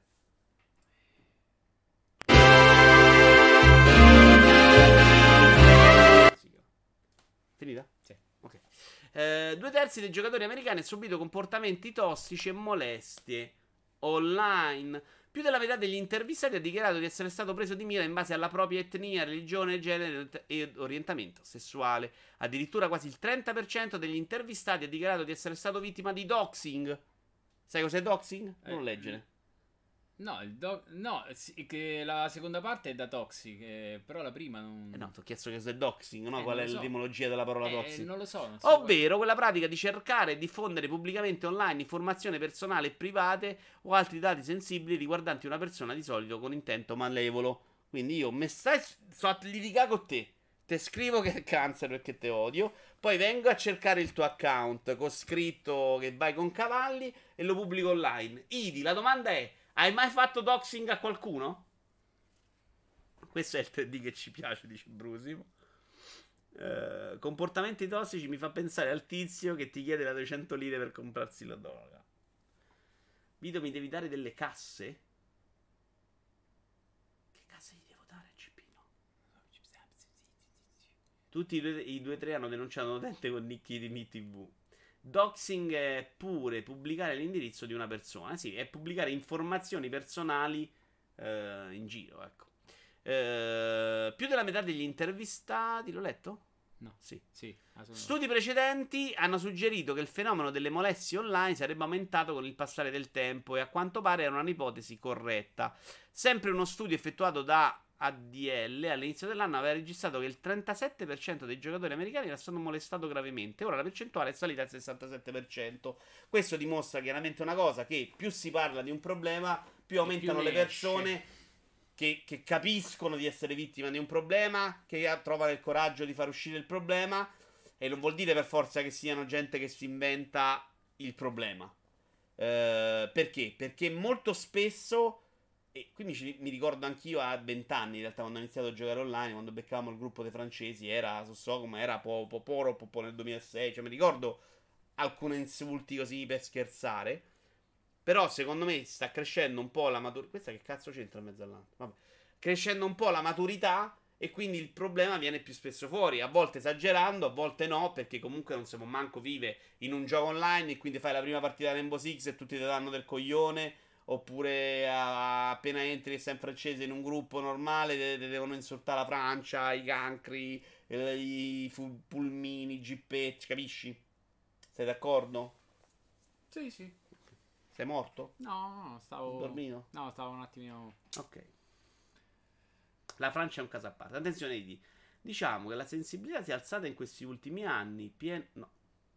Sigla. Finita? Sì. Ok. Eh, due terzi dei giocatori americani ha subito comportamenti tossici e molestie online. Più della metà degli intervistati ha dichiarato di essere stato preso di mira in base alla propria etnia, religione, genere e orientamento sessuale. Addirittura quasi il trenta per cento degli intervistati ha dichiarato di essere stato vittima di doxing. Sai cos'è doxing? Non Eh, leggere. No, il do- no sì, che la seconda parte è da Toxic, eh, però la prima non... Eh no, ti ho chiesto che cos'è doxing, no? Eh, Qual non è lo so. l'etimologia della parola Eh, doxing? non lo so, non so Ovvero quella pratica di cercare e diffondere pubblicamente online informazioni personali e private o altri dati sensibili riguardanti una persona di solito con intento malevolo. Quindi io mi stai sto a litigare con te. Te scrivo che è cancer perché te odio. Poi vengo a cercare il tuo account con scritto che vai con cavalli e lo pubblico online. Idi, la domanda è: hai mai fatto doxing a qualcuno? Questo è il tre D che ci piace, dice Brusimo. Eh, comportamenti tossici mi fa pensare al tizio che ti chiede la duecento lire per comprarsi la droga. Vito, mi devi dare delle casse? Che casse gli devo dare, Cipino? Tutti i due, i due tre hanno denunciato un utente con nicchi di N I T V. Doxing è pure pubblicare l'indirizzo di una persona. Sì, è pubblicare informazioni personali eh, in giro, ecco. Eh, più della metà degli intervistati, l'ho letto? No. Sì. Sì, assolutamente. Studi precedenti hanno suggerito che il fenomeno delle molestie online sarebbe aumentato con il passare del tempo e a quanto pare era un'ipotesi corretta. Sempre uno studio effettuato da A D L all'inizio dell'anno aveva registrato che il trentasette per cento dei giocatori americani era stato molestato gravemente. Ora la percentuale è salita al sessantasette per cento. Questo dimostra chiaramente una cosa: che più si parla di un problema, più aumentano più le ne persone che, che capiscono di essere vittime di un problema, che trovano il coraggio di far uscire il problema. E non vuol dire per forza che siano gente che si inventa il problema. Eh, perché? Perché molto spesso E quindi ci- mi ricordo anch'io a venti anni, in realtà, quando ho iniziato a giocare online, quando beccavamo il gruppo dei francesi, era, so, so come era po- Poporo, Popò nel duemilasei, cioè mi ricordo alcuni insulti così per scherzare. Però secondo me sta crescendo un po' la maturità. Questa che cazzo c'entra in mezzo all'altro? Vabbè. Crescendo un po' la maturità e quindi il problema viene più spesso fuori. A volte esagerando, a volte no, perché comunque non si può manco vive in un gioco online e quindi fai la prima partita da Rainbow Six e tutti ti danno del coglione. Oppure a- appena entri e sei in francese in un gruppo normale te, te devono insultare la Francia, i cancri, eh, i fu- pulmini, i gippetti, capisci? Sei d'accordo? Sì, sì. Sei morto? No, no, stavo... Dormito? No, stavo un attimino... Ok. La Francia è un caso a parte. Attenzione, Idi. Diciamo che la sensibilità si è alzata in questi ultimi anni. Pien... No.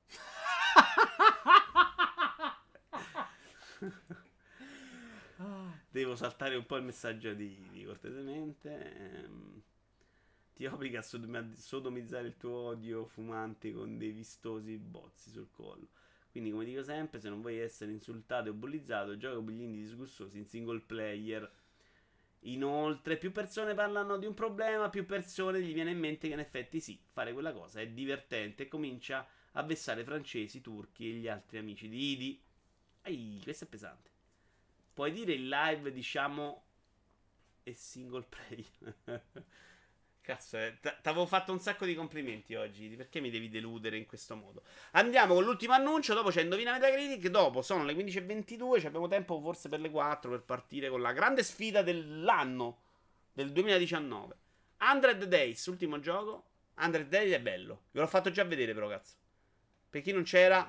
Devo saltare un po' il messaggio di, di cortesemente. Ehm, ti obbliga a sodom- sodomizzare il tuo odio fumante con dei vistosi bozzi sul collo. Quindi, come dico sempre, se non vuoi essere insultato o bullizzato, gioca con biglini disgustosi in single player. Inoltre, più persone parlano di un problema, più persone gli viene in mente che in effetti sì, fare quella cosa è divertente e comincia a vessare francesi, turchi e gli altri amici di Idi. Ehi, questo è pesante. Puoi dire in live, diciamo, è single player. Cazzo, eh, t- t'avevo fatto un sacco di complimenti oggi. Perché mi devi deludere in questo modo? Andiamo con l'ultimo annuncio. Dopo c'è Indovina Metacritic. Dopo sono le quindici e ventidue. Ci abbiamo tempo forse per le quattro per partire con la grande sfida dell'anno del duemiladiciannove. hundred Days, ultimo gioco. hundred Days è bello. Ve l'ho fatto già vedere, però, cazzo. Per chi non c'era.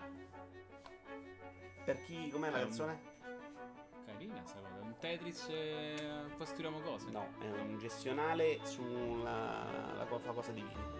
Per chi. Com'è la È un- canzone? Carina sta cosa, un Tetris e costruiamo cose. No, è un gestionale sulla la co- fa cosa divina.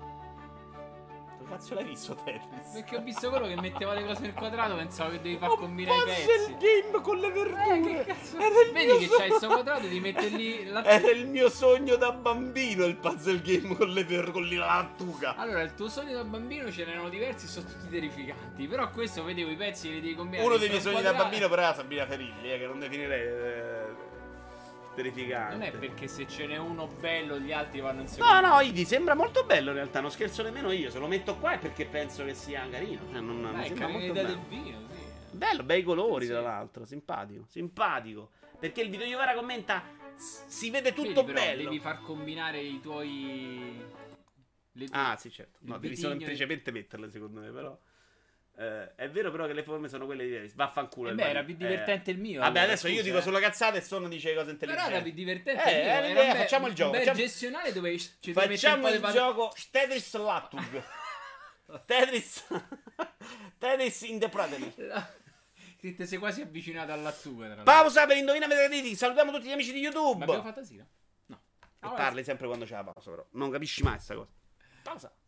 Dove cazzo l'hai visto Tetris? Perché ho visto quello che metteva le cose nel quadrato, pensavo che devi far Oh, combinare i puzzle pezzi. game con le Eh, verdure. che cazzo? Era il Vedi mio che sogno. c'hai sto quadrato e ti mette lì la... Era il mio sogno da bambino il puzzle game con le verdure, con la lattuga. Allora, il tuo sogno da bambino ce n'erano diversi, sono tutti terrificanti. Però questo vedevo i pezzi che li devi combinare. Uno dei dentro miei un sogni da quadrato. bambino però era Sabrina Ferilli, eh, che non definirei eh, terrificante. Non è perché se ce n'è uno bello gli altri vanno in No, secondo. no, Idi sembra molto bello in realtà, non scherzo nemmeno io. Se lo metto qua è perché penso che sia carino. Cioè, non, mi Dai, sembra molto carinità bello. del vino, sì. Bello, bei colori Sì. tra l'altro, simpatico, simpatico. Perché il video Iovara commenta "S- si vede Vedi, tutto però, bello". devi far combinare i tuoi... le tue- Ah, sì, certo. il No, devi vitigno- semplicemente metterle, secondo me, però. Eh, è vero però che le forme sono quelle di Davis. Vaffanculo. Eh il beh, Mario. era più divertente Eh, il mio. Vabbè, allora, adesso io scusa, dico eh. sulle cazzate e sono dice cose Però intelligenti. era più divertente Eh, il mio. è Era l'idea, un bel- facciamo il gioco, Un bel facciamo- gestionale dove ci devi mettere un Facciamo po' di il pat- gioco Tetris Lattug. Tetris Tetris in the Prately. Che ti sei quasi avvicinato alla tua. tra l'altro. Pausa per Indovina Metacritic. Salutiamo tutti gli amici di YouTube. Ma abbiamo fatta sì, no? No. E Ah, vabbè. parli sempre quando c'è la pausa, però. Non capisci mai sta cosa. Pausa.